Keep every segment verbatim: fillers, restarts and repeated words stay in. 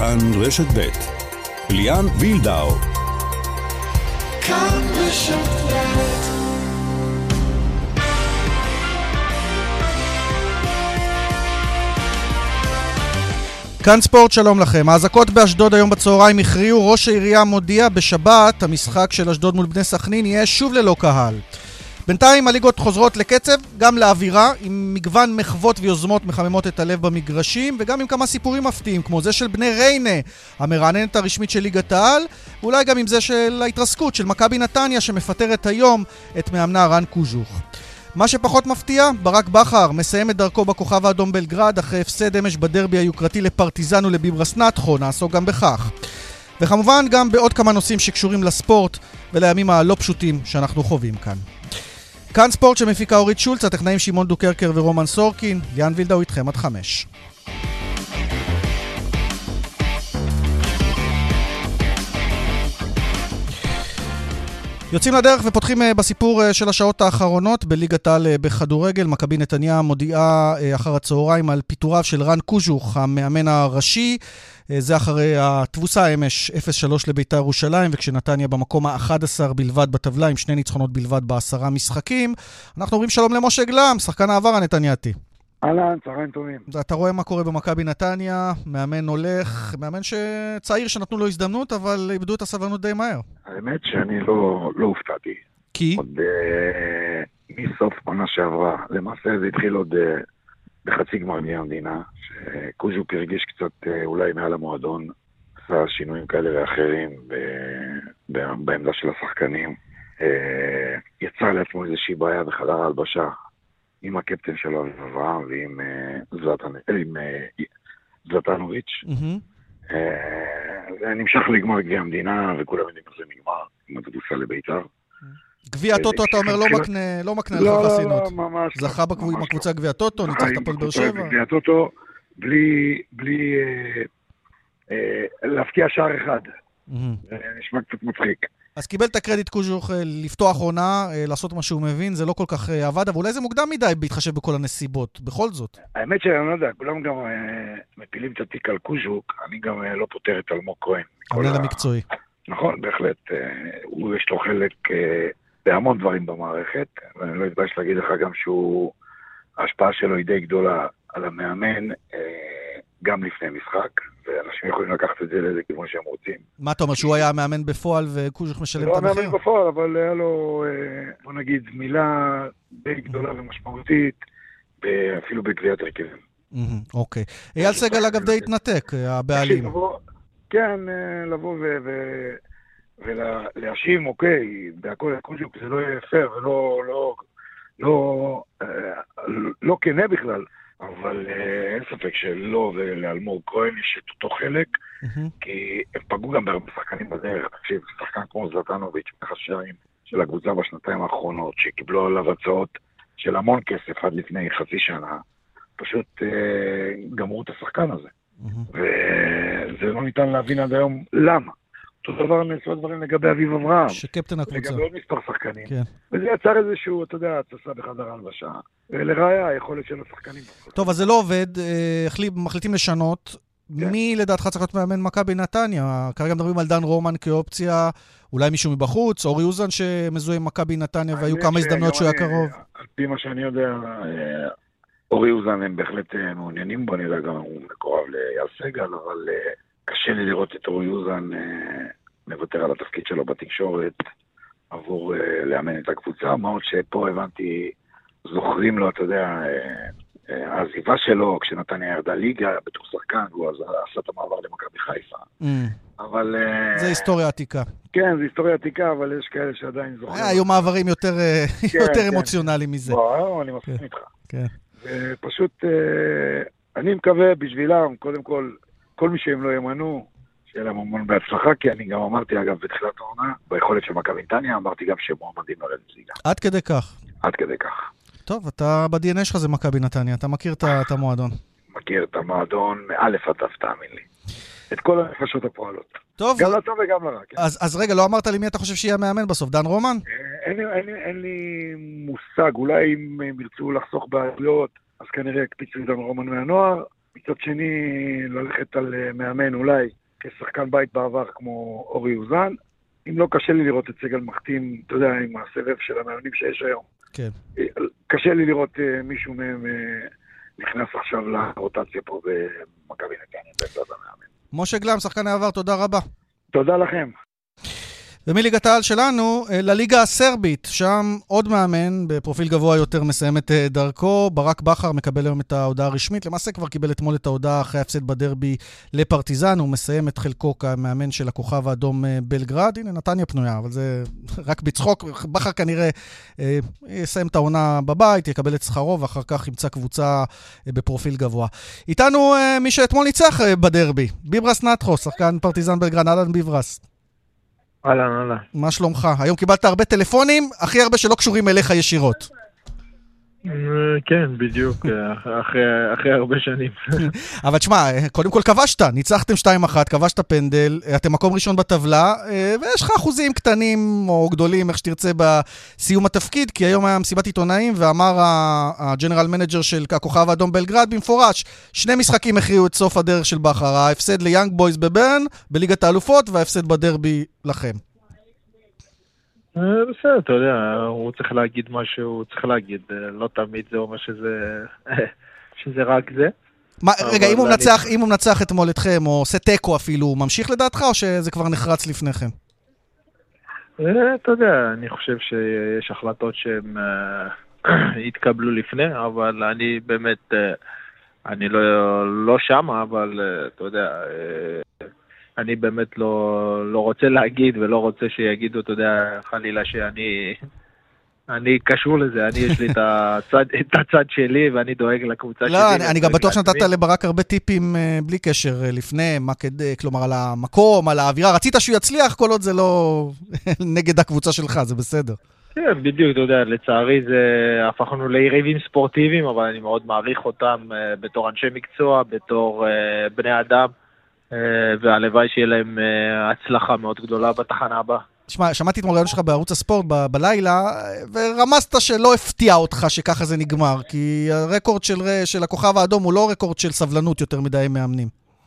כאן רשת ב' ליאן וילדאו. כאן רשת ב'. כאן ספורט, שלום לכם. האזעקות באשדוד היום בצהריים הכריעו. ראש העירייה מודיע בשבת המשחק של אשדוד מול בני סכנין יהיה שוב ללא קהל. בינתיים הליגות חוזרות לקצב, גם לאווירה, עם מגוון מחוות ויוזמות מחממות את הלב במגרשים, וגם עם כמה סיפורים מפתיעים, כמו זה של בני ריינה, המרעננת הרשמית של ליגת העל, ואולי גם עם זה של ההתרסקות של מכבי נתניה, שמפטרת היום את מאמנה רן קוז'וך. מה שפחות מפתיע, ברק בכר מסיים את דרכו בכוכב האדום בלגרד, אחרי הפסד אמש בדרבי היוקרתי לפרטיזן ולביברס נטחו, נעסוק גם בכך. וכמובן גם בעוד כמה נושאים שקשורים לספורט ולימים הלא פשוטים שאנחנו חווים כאן. כאן ספורט שמפיקה אורית שולץ, הטכנאים שמעון דוקרקר ורומן סורקין. ליאן וילדאו איתכם עד חמש. יוצאים לדרך ופותחים בסיפור של השעות האחרונות בליגת העל בכדורגל. מכבי נתניה מודיעה אחר הצהריים על פיטוריו של רן קוז'וך, המאמן הראשי. זה אחרי התבוסה אמש אפס שלוש לבית"ר ירושלים, וכשנתניה במקום ה-אחד עשר בלבד בטבלה, עם שני ניצחונות בלבד בעשרה משחקים. אנחנו אומרים שלום למשה גלם, שחקן העבר הנתניאתי. אהלן, צהריים טובים. אתה רואה מה קורה במכבי נתניה, מאמן הולך, מאמן שצעיר שנתנו לו הזדמנות, אבל איבדו את הסבלנות די מהר. האמת שאני לא, לא הופתעתי. כי? עוד אה, מסוף עונה שעברה. למעשה זה התחיל עוד אה, בחצי גמר גביע המדינה, שקוז'וק הרגיש קצת אה, אולי מעל המועדון, עשה שינויים כאלה ואחרים ב, ב, בעמדה של השחקנים. אה, יצר לעצמו איזושהי בעיה בחדר ההלבשה, עם הקפטן שלו אברהם ועם זלטנוביץ'. זה נמשך לגמר גביע המדינה, וכולם יודעים איך זה נגמר, עם התבוסה לבית"ר. גביע טוטו אתה אומר לא מקנה לך חסינות. לא, ממש. זכה בקבוצה גביע טוטו, ניצח את הפועל באר שבע. גביע טוטו, בלי להפקיע שער אחד. זה נשמע קצת מצחיק. אז קיבל את הקרדיט קוז'וך לפתוח עונה, לעשות מה שהוא מבין, זה לא כל כך עבד, אבל אולי זה מוקדם מדי בהתחשב בכל הנסיבות, בכל זאת. האמת שאני לא יודע, כולם גם מפילים את התיק על קוז'וק, אני גם לא פותר את אלמוג כהן. המנהל המקצועי. נכון, בהחלט. הוא יש לו חלק בהמון דברים במערכת, ואני לא אתבייש להגיד לך גם שהוא, ההשפעה שלו היא די גדולה על המאמן, גם לפני משחק, ואנשים יכולים לקחת את זה לאיזה כיוון שהם רוצים. מה אתה אומר, שהוא היה מאמן בפועל וקוז'וך משלם את המחיר? לא מאמן בפועל, אבל היה לו, בוא נגיד, מילה די גדולה ומשמעותית, אפילו בקביעת הרכבים. אוקיי. אייל סגל אגב די התנתק, הבעלים. כן, לבוא ולהאשים, אוקיי, בהכל קוז'וק זה לא יהיה פייר, ולא כנה בכלל. אבל אין ספק שלא, ולאלמוג כהן יש את אותו חלק, כי הם פגעו גם בהרבה שחקנים בדרך. תקשיב, שחקן כמו זלטנוביץ' מחשבים של הקבוצה בשנתיים האחרונות, שקיבלו עליו הצעות של המון כסף עד לפני חצי שנה, פשוט גמרו את השחקן הזה. וזה לא ניתן להבין עד היום למה. אותו דבר נעשו הדברים לגבי אביב אברהם. שקפטן הקבוצה. לגבי עוד מספר שחקנים. כן. וזה יצר איזשהו, אתה יודע, הצסה בחדר ההלבשה. ולראיה, היכולת של השחקנים. טוב, אז זה לא עובד. מחליטים לשנות. כן. מי לדעתך צריך להיות מאמן מכבי נתניה? כרגע מדברים על דן רומן כאופציה, אולי מישהו מבחוץ, אורי אוזן שמזוהה עם מכבי נתניה, והיו כמה הזדמנויות שהוא היה קרוב. על פי מה שאני יודע, אורי אוזן הם בהחלט מעוניינים בו, אני יודע גם הוא מקורב לאייל סגל, אבל קשה לי לראות את אורי אוזן מוותר על התפקיד שלו בתקשורת עבור לאמן את הקבוצה, מה עוד שפה הבנתי, זוכרים לו, אתה יודע, העזיבה שלו, כשנתניה ירדה ליגה בתור שחקן, הוא עשה את המעבר למכבי חיפה. אבל... זה היסטוריה עתיקה. כן, זה היסטוריה עתיקה, אבל יש כאלה שעדיין זוכרים. היו מעברים יותר אמוציונליים מזה. וואו, אני מסכים איתך. ופשוט, אני מקווה בשבילם, קודם כל, כל מי שהם לא ימנו, שיהיה להם המון בהצלחה, כי אני גם אמרתי, אגב, בתחילת העונה, ביכולת של מכבי נתניה, אמרתי גם שמועמדים לרדת ליגה. עד כדי כך. עד כדי כך. טוב, אתה ב-די אן איי שלך זה מכבי נתניה, אתה מכיר את המועדון. מכיר את המועדון, מאלף עד תף, תאמין לי. את כל הנפשות הפועלות. טוב. גם לטוב וגם לרע. כן. אז, אז רגע, לא אמרת לי מי אתה חושב שיהיה מאמן בסוף, דן רומן? אין לי, אין לי, אין לי מושג, אולי אם הם ירצו לחסוך בעלויות, אז כנראה יקפיצו דן רומן מהנוער, מצד שני, ללכת על מאמן אולי כשחקן בית בעבר כמו אורי אוזן, אם לא קשה לי לראות את סגל מחתים, אתה יודע, עם הסבב של המאמנים שיש היום. כן. קשה לי לראות מישהו מהם נכנס עכשיו לרוטציה פה במכבי נתניה, בעמדת המאמן. משה גלם, שחקן העבר, תודה רבה. תודה לכם. ומליגת העל שלנו, לליגה הסרבית, שם עוד מאמן בפרופיל גבוה יותר מסיים את דרכו. ברק בכר מקבל היום את ההודעה הרשמית, למעשה כבר קיבל אתמול את ההודעה אחרי הפסד בדרבי לפרטיזן, הוא מסיים את חלקו כמאמן של הכוכב האדום בלגרד. הנה, נתניה פנויה, אבל זה רק בצחוק. בכר כנראה אה, יסיים את העונה בבית, יקבל את שכרו, ואחר כך ימצא קבוצה בפרופיל גבוה. איתנו אה, מי שאתמול ניצח אה, בדרבי, ביברס נטחו, שחקן פרטיזן בלגרד. אהלן ביברס. אהלן, אהלן. מה שלומך? היום קיבלת הרבה טלפונים, הכי הרבה שלא קשורים אליך ישירות. כן, בדיוק, אחרי הרבה שנים. אבל תשמע, קודם כל כבשת, ניצחתם שתיים אחת, כבשת פנדל, אתם מקום ראשון בטבלה, ויש לך אחוזים קטנים או גדולים, איך שתרצה בסיום התפקיד, כי היום היה מסיבת עיתונאים, ואמר הג'נרל מנג'ר של הכוכב האדום בלגרד במפורש, שני משחקים הכריעו את סוף הדרך של בכר, ההפסד ליאנג בויז בברן, בליגת האלופות, וההפסד בדרבי לכם. בסדר, אתה יודע, הוא צריך להגיד מה שהוא צריך להגיד, לא תמיד זה אומר שזה, שזה רק זה. מה, רגע, אם הוא מנצח, אם הוא מנצח אתמול אתכם, או עושה טקו אפילו, הוא ממשיך לדעתך, או שזה כבר נחרץ לפניכם? אתה יודע, אני חושב שיש החלטות שהן התקבלו לפני, אבל אני באמת, אני לא, לא שם, אבל אתה יודע, אני באמת לא, לא רוצה להגיד ולא רוצה שיגידו, אתה יודע, חלילה שאני אני קשור לזה, אני יש לי את הצד, את הצד שלי ואני דואג לקבוצה לא, שלי. אני, אני גם בטוח שנתת לברק הרבה טיפים בלי קשר לפני, מה כדי, כלומר על המקום, על האווירה, רצית שהוא יצליח, כל עוד זה לא נגד הקבוצה שלך, זה בסדר. כן, בדיוק, אתה יודע, לצערי זה הפכנו ליריבים ספורטיביים, אבל אני מאוד מעריך אותם בתור אנשי מקצוע, בתור בני אדם, והלוואי שיהיה להם הצלחה מאוד גדולה בתחנה הבאה. תשמע, שמעתי את מוריון שלך בערוץ הספורט ב- בלילה, ורמזת שלא הפתיע אותך שככה זה נגמר, כי הרקורד של, של הכוכב האדום הוא לא רקורד של סבלנות יותר מדי מאמנים.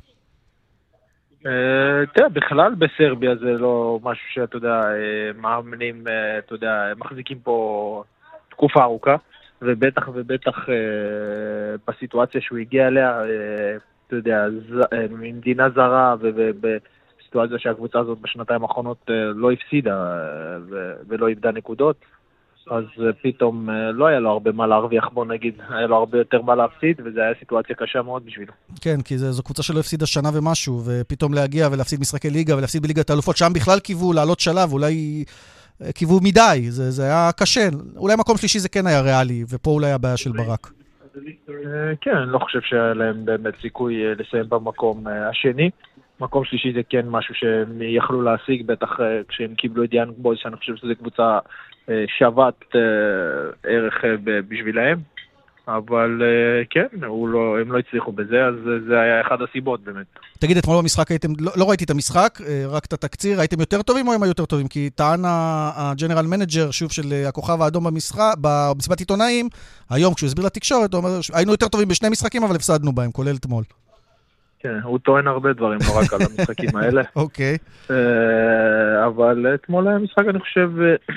תראה, בכלל בסרביה זה לא משהו שאתה יודע, מאמנים, אתה יודע, מחזיקים פה תקופה ארוכה, ובטח ובטח בסיטואציה שהוא הגיע אליה, אתה יודע, ממדינה זרה ובסיטואציה שהקבוצה הזאת בשנתיים האחרונות לא הפסידה ולא איבדה נקודות, אז פתאום לא היה לו הרבה מה להרוויח, בוא נגיד, היה לו הרבה יותר מה להפסיד, וזו היה סיטואציה קשה מאוד בשבילו. כן, כי זו קבוצה שלא הפסידה שנה ומשהו, ופתאום להגיע ולהפסיד משחקי ליגה ולהפסיד בליגת האלופות, שם בכלל קיוו לעלות שלב, אולי קיוו מדי, זה, זה היה קשה. אולי מקום שלישי זה כן היה ריאלי, ופה אולי הבעיה של ברק. כן, אני לא חושב שהיה להם באמת סיכוי לסיים במקום השני. מקום שלישי זה כן משהו שהם יכלו להשיג, בטח כשהם קיבלו את יאנג בויז, שאני חושב שזו קבוצה שוות ערך בשבילהם. אבל כן, לא, הם לא הצליחו בזה, אז זה היה אחד הסיבות באמת. תגיד, אתמול במשחק הייתם, לא, לא ראיתי את המשחק, רק את התקציר, הייתם יותר טובים או הם היו יותר טובים? כי טען הג'נרל מנג'ר, שוב של הכוכב האדום במשחק, במסיבת עיתונאים, היום כשהוא הסביר לתקשורת, הוא אומר, היינו יותר טובים בשני משחקים, אבל הפסדנו בהם, כולל אתמול. כן, הוא טוען הרבה דברים, לא רק על המשחקים האלה. אוקיי. אבל אתמול היה משחק, אני חושב,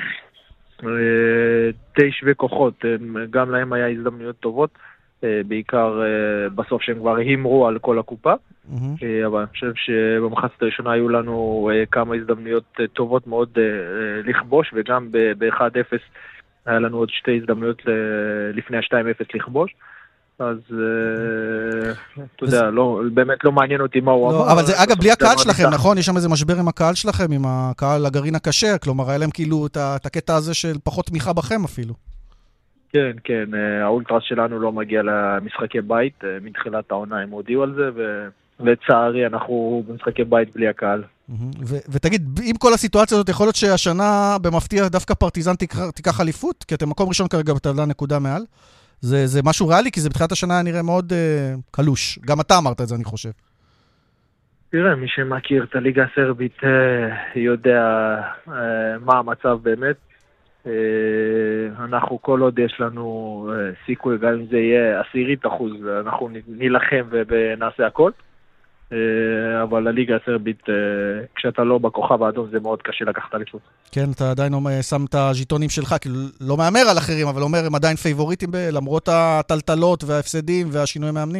די שווה כוחות, גם להם היה הזדמנויות טובות, בעיקר בסוף שהם כבר הימרו על כל הקופה, אבל אני חושב שבמחצית הראשונה היו לנו כמה הזדמנויות טובות מאוד לכבוש, וגם ב-אחד אפס היה לנו עוד שתי הזדמנויות לפני ה-שתיים אפס לכבוש, אז אתה יודע, באמת לא מעניין אותי מה הוא אמר. אבל זה, אגב, בלי הקהל שלכם, נכון? יש שם איזה משבר עם הקהל שלכם, עם הקהל הגרעין הקשה, כלומר, היה להם כאילו את הקטע הזה של פחות תמיכה בכם אפילו. כן, כן, האולטרס שלנו לא מגיע למשחקי בית, מתחילת העונה הם הודיעו על זה, ולצערי אנחנו במשחקי בית בלי הקהל. ותגיד, עם כל הסיטואציה הזאת, יכול להיות שהשנה במפתיע דווקא פרטיזן תיקח אליפות? כי אתם מקום ראשון כרגע בטבלה נקודה מעל. זה, זה משהו ריאלי, כי זה בתחילת השנה נראה מאוד uh, קלוש. גם אתה אמרת את זה, אני חושב. תראה, מי שמכיר את הליגה הסרבית uh, יודע uh, מה המצב באמת. Uh, אנחנו כל עוד יש לנו סיכוי, גם אם זה יהיה עשירית אחוז, אנחנו נילחם ונעשה הכל. אבל הליגה הסרבית, כשאתה לא בכוכב האדום, זה מאוד קשה לקחת אליפות. כן, אתה עדיין שם את הז'יטונים שלך, כאילו לא מאמר על אחרים, אבל אומר, הם עדיין פייבוריטים, למרות הטלטלות וההפסדים והשינוי מאמנים.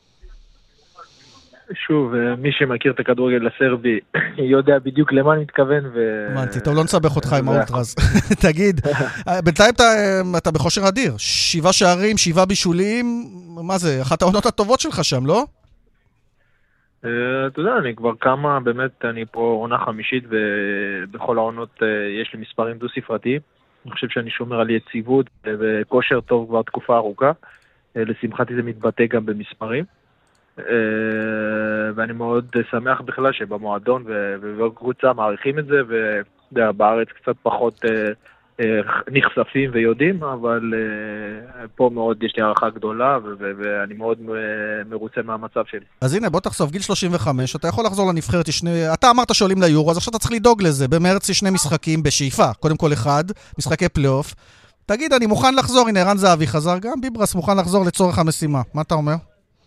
שוב, מי שמכיר את הכדורגל הסרבי יודע בדיוק למה אני מתכוון. אמנתי, טוב, לא נסבך אותך עם האולטרז. תגיד, בינתיים אתה בכושר אדיר, שבעה שערים, שבעה בישולים, מה זה, אחת העונות הטובות שלך שם, לא? אתה יודע, אני כבר כמה, באמת, אני פה עונה חמישית, ובכל העונות יש לי מספרים דו-ספרתיים. אני חושב שאני שומר על יציבות וכושר טוב כבר תקופה ארוכה. לשמחתי זה מתבטא גם במספרים. ואני מאוד שמח בכלל שבמועדון ובקבוצה מעריכים את זה, ובארץ קצת פחות נחשפים ויודעים, אבל פה מאוד יש לי הערכה גדולה, ואני מאוד מרוצה מהמצב שלי. אז הנה, בוא תחשוף, גיל שלושים וחמש, אתה יכול לחזור לנבחרת, אתה אמרת שעולים ליורו, אז עכשיו אתה צריך לדאוג לזה, במרץ יש שני משחקים בשאיפה, קודם כל אחד, משחקי פלייאוף. תגיד, אני מוכן לחזור, הנה ערן זהבי חזר, גם ביברס מוכן לחזור לצורך המשימה, מה אתה אומר?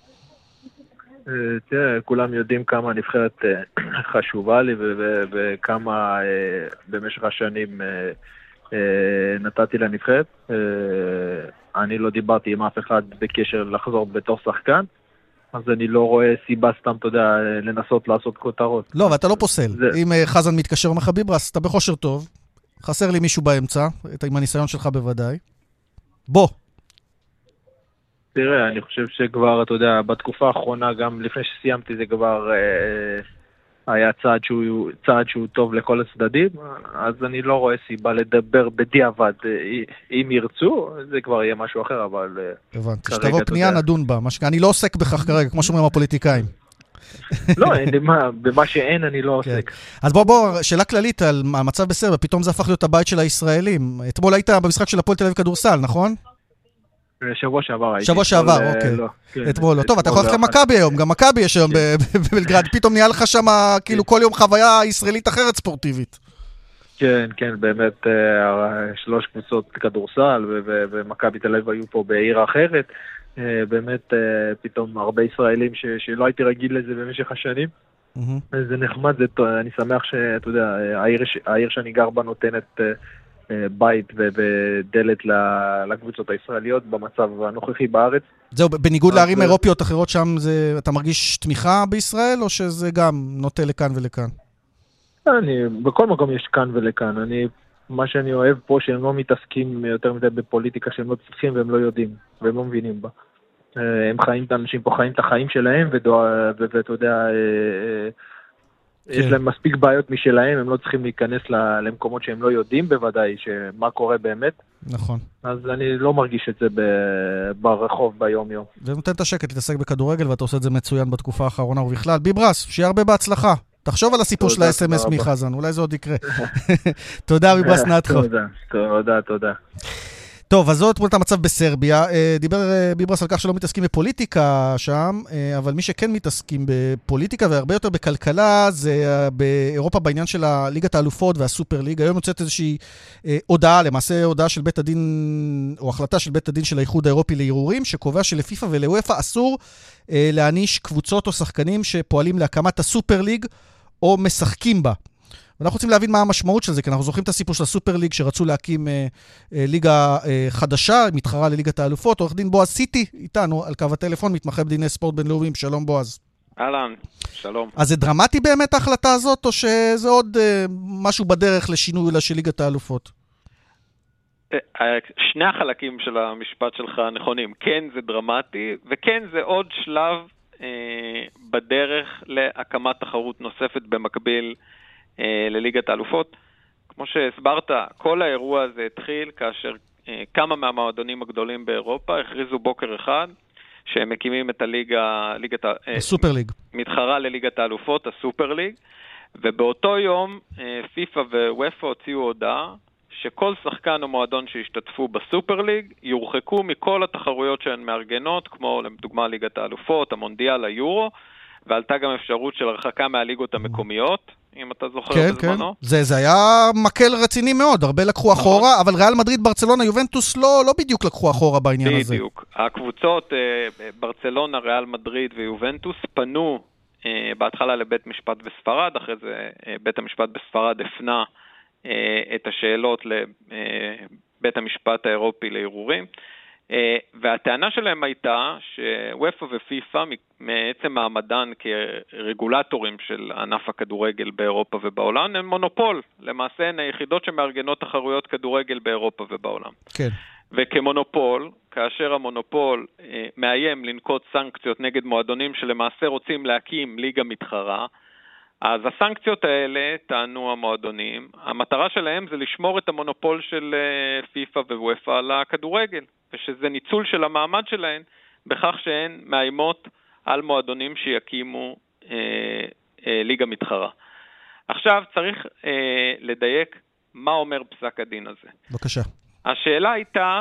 תראה, כולם יודעים כמה הנבחרת חשובה לי, וכמה במשך השנים נתתי לנבחרת. אני לא דיברתי עם אף אחד בקשר לחזור בתור שחקן, אז אני לא רואה סיבה סתם, אתה יודע, לנסות לעשות כותרות. לא, ואתה לא פוסל. אם חזן מתקשר ממך ביברס, אתה בכושר טוב, חסר לי מישהו באמצע, עם הניסיון שלך בוודאי. בוא. תראה, אני חושב שכבר, אתה יודע, בתקופה האחרונה, גם לפני שסיימתי, זה כבר אה, היה צעד שהוא, צעד שהוא טוב לכל הצדדים, אז אני לא רואה סיבה לדבר בדיעבד. אם ירצו, זה כבר יהיה משהו אחר, אבל... הבנתי, שתבוא פנייה נדון בה. מש... אני לא עוסק בכך כרגע, כמו שאומרים הפוליטיקאים. לא, במה שאין אני לא עוסק. אז בוא, בוא, שאלה כללית על המצב בסרביה, פתאום זה הפך להיות הבית של הישראלים. אתמול היית במשחק של הפועל תל אביב כדורסל, נכון? שבוע שעבר הייתי. שבוע שעבר, אוקיי. אתמול לא. טוב, אתה יכול ללכת למכבי היום, גם מכבי יש היום בבלגרד, פתאום נהיה לך שם כאילו כל יום חוויה ישראלית אחרת ספורטיבית. כן, כן, באמת שלוש קבוצות כדורסל, ומכבי תל אביב היו פה בעיר אחרת. באמת פתאום הרבה ישראלים שלא הייתי רגיל לזה במשך השנים. זה נחמד, אני שמח שאתה יודע, העיר שאני גר בה נותנת בית ודלת לקבוצות הישראליות במצב הנוכחי בארץ. זהו, בניגוד לערים אירופיות אחרות שם, אתה מרגיש תמיכה בישראל, או שזה גם נוטה לכאן ולכאן? אני, בכל מקום יש כאן ולכאן. אני, מה שאני אוהב פה, שהם לא מתעסקים יותר מדי בפוליטיקה, שהם לא צריכים והם לא יודעים, והם לא מבינים בה. הם חיים, אנשים פה חיים את החיים שלהם, ואתה יודע, יש להם מספיק בעיות משלהם, הם לא צריכים להיכנס למקומות שהם לא יודעים בוודאי, שמה קורה באמת. נכון. אז אני לא מרגיש את זה ברחוב ביום יום. ונותן את השקט להתעסק בכדורגל, ואתה עושה את זה מצוין בתקופה האחרונה ובכלל. ביברס, שיהיה הרבה בהצלחה. תחשוב על הסיפור של ה-אס אם אס מחזן, אולי זה עוד יקרה. תודה ביברס נתחו. תודה, תודה, תודה. טוב, אז זאת תמונת המצב בסרביה. דיבר ביברס על כך שלא מתעסקים בפוליטיקה שם, אבל מי שכן מתעסקים בפוליטיקה והרבה יותר בכלכלה, זה באירופה בעניין של ליגת האלופות והסופר ליג. היום יוצאת איזושהי הודעה, למעשה הודעה של בית הדין, או החלטה של בית הדין של האיחוד האירופי לערעורים, שקובע שלפיפ"א ולאוופ"א אסור להעניש קבוצות או שחקנים שפועלים להקמת הסופר ליג או משחקים בה. ואנחנו רוצים להבין מה המשמעות של זה, כי אנחנו זוכרים את הסיפור של הסופר ליג, שרצו להקים אה, אה, ליגה אה, חדשה, מתחרה לליגת האלופות. עורך דין בועז סיטי איתנו על קו הטלפון, מתמחה בדיני ספורט בינלאומיים. שלום בועז. אהלן, שלום. אז זה דרמטי באמת ההחלטה הזאת, או שזה עוד אה, משהו בדרך לשינוי של ליגת האלופות? שני החלקים של המשפט שלך נכונים. כן, זה דרמטי, וכן, זה עוד שלב אה, בדרך להקמת תחרות נוספת במקביל לליגת האלופות. כמו שהסברת, כל האירוע הזה התחיל כאשר כמה מהמועדונים הגדולים באירופה הכריזו בוקר אחד שהם מקימים את הליגה, ליגת, הסופר ליג. מתחרה לליגת האלופות, הסופר ליג, ובאותו יום פיפ"א ואוופ"א הוציאו הודעה שכל שחקן או מועדון שהשתתפו בסופר ליג יורחקו מכל התחרויות שהן מארגנות, כמו לדוגמה ליגת האלופות, המונדיאל, היורו, ועלתה גם אפשרות של הרחקה מהליגות המקומיות, אם אתה זוכר כן, בזמנו. כן. זה, זה היה מקל רציני מאוד, הרבה לקחו נכון. אחורה, אבל ריאל מדריד, ברצלונה, יובנטוס לא, לא בדיוק לקחו אחורה בעניין בדיוק. הזה. בדיוק. הקבוצות, ברצלונה, ריאל מדריד ויובנטוס, פנו בהתחלה לבית משפט בספרד, אחרי זה בית המשפט בספרד הפנה את השאלות לבית המשפט האירופי לערעורים, והטענה שלהם הייתה שוופא ופיפא מעצם מעמדן כרגולטורים של ענף הכדורגל באירופה ובעולם הם מונופול, למעשה הן היחידות שמארגנות תחרויות כדורגל באירופה ובעולם. כן. וכמונופול, כאשר המונופול אה, מאיים לנקוט סנקציות נגד מועדונים שלמעשה רוצים להקים ליגה מתחרה, אז הסנקציות האלה, טענו המועדונים, המטרה שלהם זה לשמור את המונופול של אה, פיפא ווופא על הכדורגל, ושזה ניצול של המעמד שלהן, בכך שהן מאיימות על מועדונים שיקימו אה, אה, ליגה מתחרה. עכשיו צריך אה, לדייק מה אומר פסק הדין הזה. בבקשה. השאלה הייתה,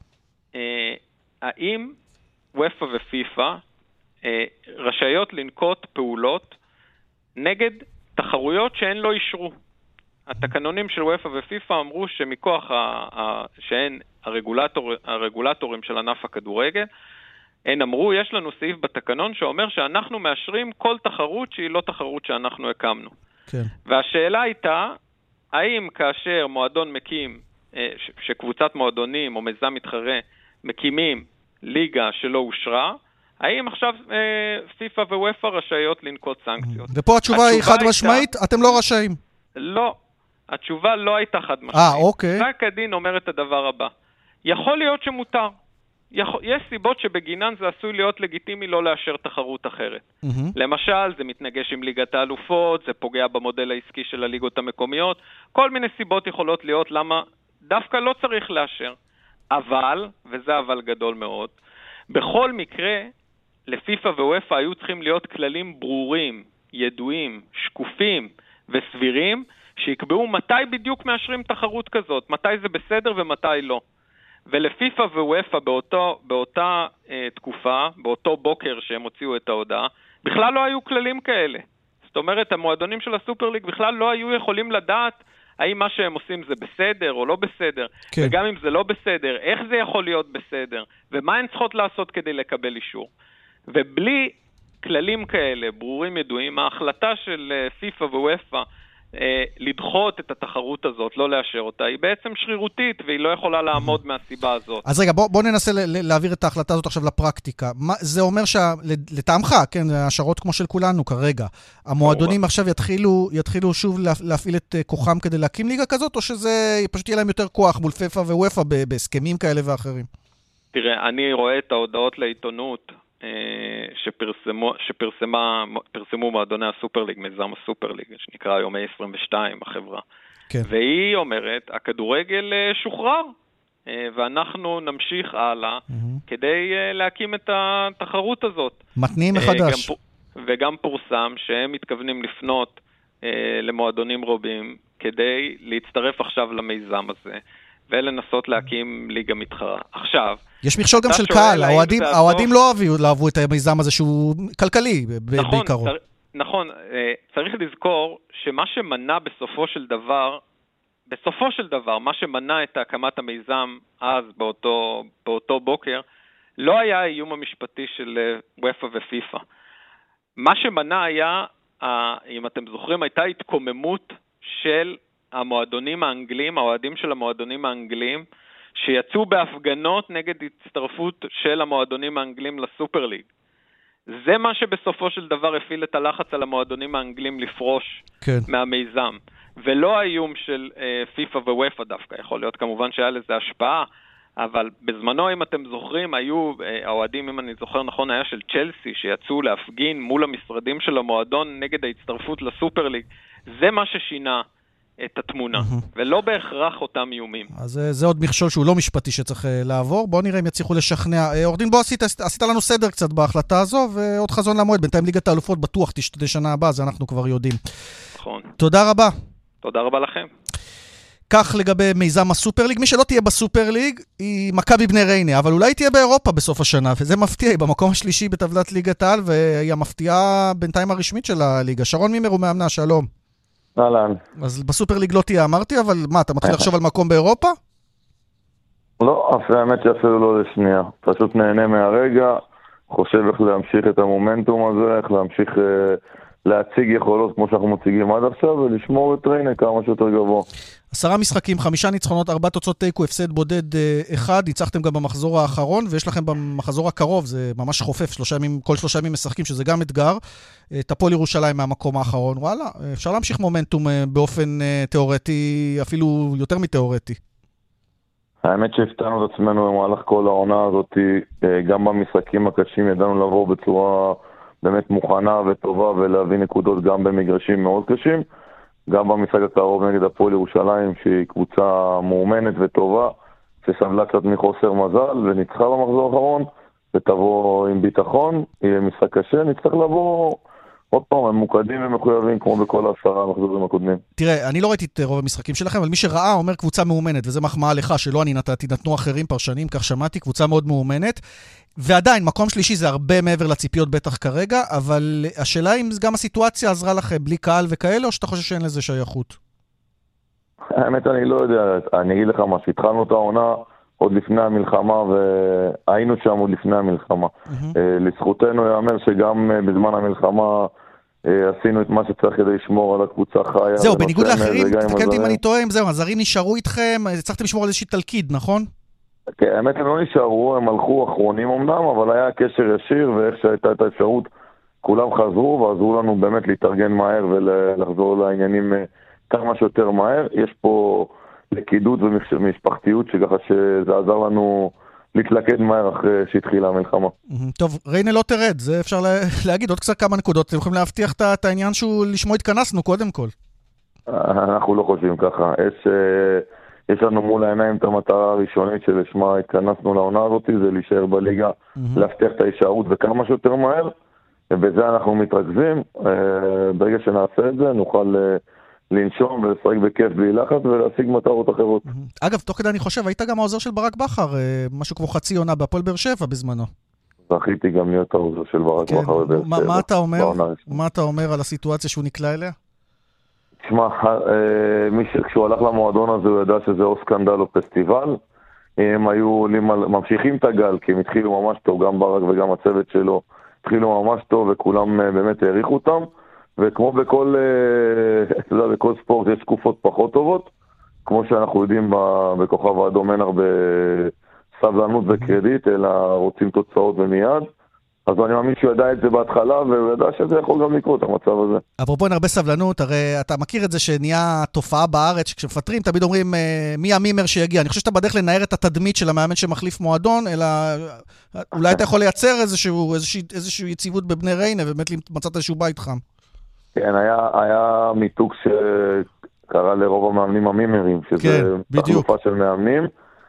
אה, האם וופא ופיפא אה, רשאיות לנקוט פעולות נגד תחרויות שהן לא אישרו. התקנונים של וופא ופיפא אמרו שמכוח ה, ה, שהן הרגולטור, הרגולטורים של ענף הכדורגל, הן אמרו, יש לנו סעיף בתקנון שאומר שאנחנו מאשרים כל תחרות שהיא לא תחרות שאנחנו הקמנו. כן. והשאלה הייתה, האם כאשר מועדון מקים, שקבוצת מועדונים או מיזם מתחרה מקימים ליגה שלא אושרה, האם עכשיו פיפא ווופא רשאיות לנקוט סנקציות? ופה התשובה היא חד משמעית, אתם לא רשאים. לא, התשובה לא הייתה חד משמעית. אה, אוקיי. פסק הדין אומר את הדבר הבא. יכול להיות שמותר. יש סיבות שבגינן זה עשוי להיות לגיטימי לא לאשר תחרות אחרת. למשל, זה מתנגש עם ליגת האלופות, זה פוגע במודל העסקי של הליגות המקומיות, כל מיני סיבות יכולות להיות למה דווקא לא צריך לאשר. אבל, וזה אבל גדול מאוד, בכל מקרה, לפיפא ווופא היו צריכים להיות כללים ברורים, ידועים, שקופים וסבירים, שיקבעו מתי בדיוק מאשרים תחרות כזאת, מתי זה בסדר ומתי לא. ולפיפא ווופא באותו, באותה אה, תקופה, באותו בוקר שהם הוציאו את ההודעה, בכלל לא היו כללים כאלה. זאת אומרת, המועדונים של הסופר ליג בכלל לא היו יכולים לדעת האם מה שהם עושים זה בסדר או לא בסדר, כן. וגם אם זה לא בסדר, איך זה יכול להיות בסדר, ומה הן צריכות לעשות כדי לקבל אישור. ובלי כללים כאלה, ברורים ידועים, ההחלטה של פיפא ווופא אה, לדחות את התחרות הזאת, לא לאשר אותה, היא בעצם שרירותית, והיא לא יכולה לעמוד מהסיבה הזאת. אז רגע, בוא, בוא ננסה ל- להעביר את ההחלטה הזאת עכשיו לפרקטיקה. מה, זה אומר שלטעמך, כן, השערות כמו של כולנו כרגע, המועדונים עכשיו יתחילו, יתחילו שוב להפעיל את כוחם כדי להקים ליגה כזאת, או שזה פשוט יהיה להם יותר כוח מול פיפא ווופא בהסכמים כאלה ואחרים? תראה, אני רואה את ההודעות לעיתונות, שפרסמו, שפרסמה, פרסמו מועדוני הסופרליג, מיזם הסופרליג, שנקרא היום איי עשרים ושתיים, החברה. כן. והיא אומרת, הכדורגל שוחרר, ואנחנו נמשיך הלאה, mm-hmm. כדי להקים את התחרות הזאת. מתניעים מחדש. גם, וגם פורסם שהם מתכוונים לפנות למועדונים רבים, כדי להצטרף עכשיו למיזם הזה, ולנסות להקים ליגה מתחרה. עכשיו, יש מכשול גם של קהל, האוהדים, האוהדים לא אוהבו, לא אהבו את המיזם הזה שהוא כלכלי נכון, בעיקרו. צר, נכון, צריך לזכור שמה שמנע בסופו של דבר, בסופו של דבר, מה שמנע את הקמת המיזם אז באותו, באותו בוקר, לא היה האיום המשפטי של וופא ופיפא. מה שמנע היה, אם אתם זוכרים, הייתה התקוממות של המועדונים האנגלים, האוהדים של המועדונים האנגלים, שיצאו בהפגנות נגד הצטרפות של המועדונים האנגלים לסופרליג. זה מה שבסופו של דבר הפעיל את הלחץ על המועדונים האנגלים לפרוש כן. מהמיזם. ולא האיום של אה, פיפא ווופא דווקא. יכול להיות כמובן שהיה לזה השפעה, אבל בזמנו, אם אתם זוכרים, היו, אה, האוהדים, אם אני זוכר נכון, היה של צ'לסי, שיצאו להפגין מול המשרדים של המועדון נגד ההצטרפות לסופרליג. זה מה ששינה את התמונה, ולא בהכרח אותם איומים. אז זה עוד מכשול שהוא לא משפטי שצריך לעבור. בואו נראה אם יצליחו לשכנע. עורך דין, בוא עשית, עשית לנו סדר קצת בהחלטה הזו, ועוד חזון למועד. בינתיים ליגת האלופות בטוח תשתנה שנה הבאה, זה אנחנו כבר יודעים. נכון. תודה רבה. תודה רבה לכם. כך לגבי מיזם הסופרליג, מי שלא תהיה בסופרליג היא מכבי בני ריינה, אבל אולי תהיה באירופה בסוף השנה, וזה מפתיע, היא במקום השלישי בטבלת ליגת העל, והיא המפתיעה בינתיים הרשמית של הליגה. שרון מימר ומאמנה, שלום. אהלן. אז בסופר ליג לא תהיה, אמרתי, אבל מה, אתה מתחיל לחשוב על מקום באירופה? לא, אף האמת שאפילו לא לשנייה. פשוט נהנה מהרגע, חושב איך להמשיך את המומנטום הזה, איך להמשיך אה, להציג יכולות כמו שאנחנו מציגים עד עכשיו, ולשמור את ריינה כמה שיותר גבוה. עשרה משחקים, חמישה ניצחונות, ארבע תוצאות תיקו, הפסד בודד אה, אחד, ניצחתם גם במחזור האחרון, ויש לכם במחזור הקרוב, זה ממש חופף, שלושה ימים, כל שלושה ימים משחקים, שזה גם אתגר. את הפועל ירושלים מהמקום האחרון, וואלה, אפשר להמשיך מומנטום אה, באופן אה, תיאורטי, אפילו יותר מתיאורטי. האמת שהפתענו את עצמנו במהלך כל העונה הזאת, גם במשחקים הקשים ידענו לבוא בצורה באמת מוכנה וטובה ולהביא נקודות גם במגרשים מאוד קשים, גם במשחק הקרוב נגד הפועל ירושלים שהיא קבוצה מאומנת וטובה, שסבלה קצת מחוסר מזל וניצחה במחזור האחרון, ותבוא עם ביטחון, יהיה משחק קשה, נצטרך לבוא עוד פעם, הם מוקדים ומחויבים כמו בכל העשרה המחזורים הקודמים. תראה, אני לא ראיתי את רוב המשחקים שלכם, אבל מי שראה אומר קבוצה מאומנת, וזה מחמאה לך, שלא אני נתתי, נתנו אחרים פרשנים, כך שמעתי, קבוצה מאוד מאומנת, ועדיין, מקום שלישי זה הרבה מעבר לציפיות בטח כרגע, אבל השאלה אם גם הסיטואציה עזרה לכם, בלי קהל וכאלה, או שאתה חושב שאין לזה שייכות? האמת, אני לא יודע, אני אגיד לך מה, שהתחלנו את העונה עוד לפני המלחמה, והיינו שם עוד לפני המלחמה. לזכותנו יאמר שגם בזמן המלחמה עשינו את מה שצריך כדי לשמור על הקבוצה חיה. זהו, בניגוד לאחרים, תקנתי אם אני טועה, זהו, הזרים נשארו איתכם, צריכתם לשמור על איזושהי תלכיד, נכון? כן, האמת הם לא נשארו, הם הלכו אחרונים אמנם, אבל היה קשר ישיר, ואיך שהייתה את האפשרות, כולם חזרו ועזרו לנו באמת להתארגן מהר ולחזור לעניינים כמה שיותר מהר. יש פה לקידות ומשפחתיות שככה שזה עזר לנו להתלכד מהר אחרי שהתחילה המלחמה. טוב, ריינה לא תרד, זה אפשר להגיד עוד קצת כמה נקודות, אתם יכולים להבטיח את העניין שהוא לשמו התכנסנו קודם כל. אנחנו לא חושבים ככה, יש, יש לנו מול העיניים את המטרה הראשונית שלשמה התכנסנו לעונה הזאת, זה להישאר בליגה, להבטיח את ההישארות וכמה שיותר מהר, ובזה אנחנו מתרכזים, ברגע שנעשה את זה נוכל לנשום ולשחק בכיף בלי לחץ ולהשיג מטרות אחרות. אגב, תוך כדי אני חושב, היית גם העוזר של ברק בכר, משהו כמו חצי עונה בהפועל באר שבע בזמנו. זכיתי גם להיות העוזר של ברק בכר בבאר שבע. מה אתה אומר? מה אתה אומר על הסיטואציה שהוא נקלע אליה? תשמע, כשהוא הלך למועדון הזה הוא ידע שזה או סקנדל או פסטיבל. הם היו ממשיכים את הגל, כי הם התחילו ממש טוב, גם ברק וגם הצוות שלו התחילו ממש טוב וכולם באמת העריכו אותם. וכמו בכל, אתה יודע, בכל ספורט יש תקופות פחות טובות, כמו שאנחנו יודעים בכוכב האדום אין הרבה סבלנות וקרדיט, אלא רוצים תוצאות ומיד. אז אני מאמין שהוא ידע את זה בהתחלה, והוא ידע שזה יכול גם לקרות, המצב הזה. אפרופו אין הרבה סבלנות, הרי אתה מכיר את זה שנהיה תופעה בארץ, שכשמפטרים תמיד אומרים מי המימר שיגיע. אני חושב שאתה בדרך לנער את התדמית של המאמן שמחליף מועדון, אלא אולי אתה יכול לייצר איזשהו, איזושהי, איזושהי יציבות בבני ריינה, ובאמת מצאת איזשהו בית חם. כן, היה, היה מיתוג שקרה לרוב המאמנים המימרים, שזה כן, תחלופה של מאמנים.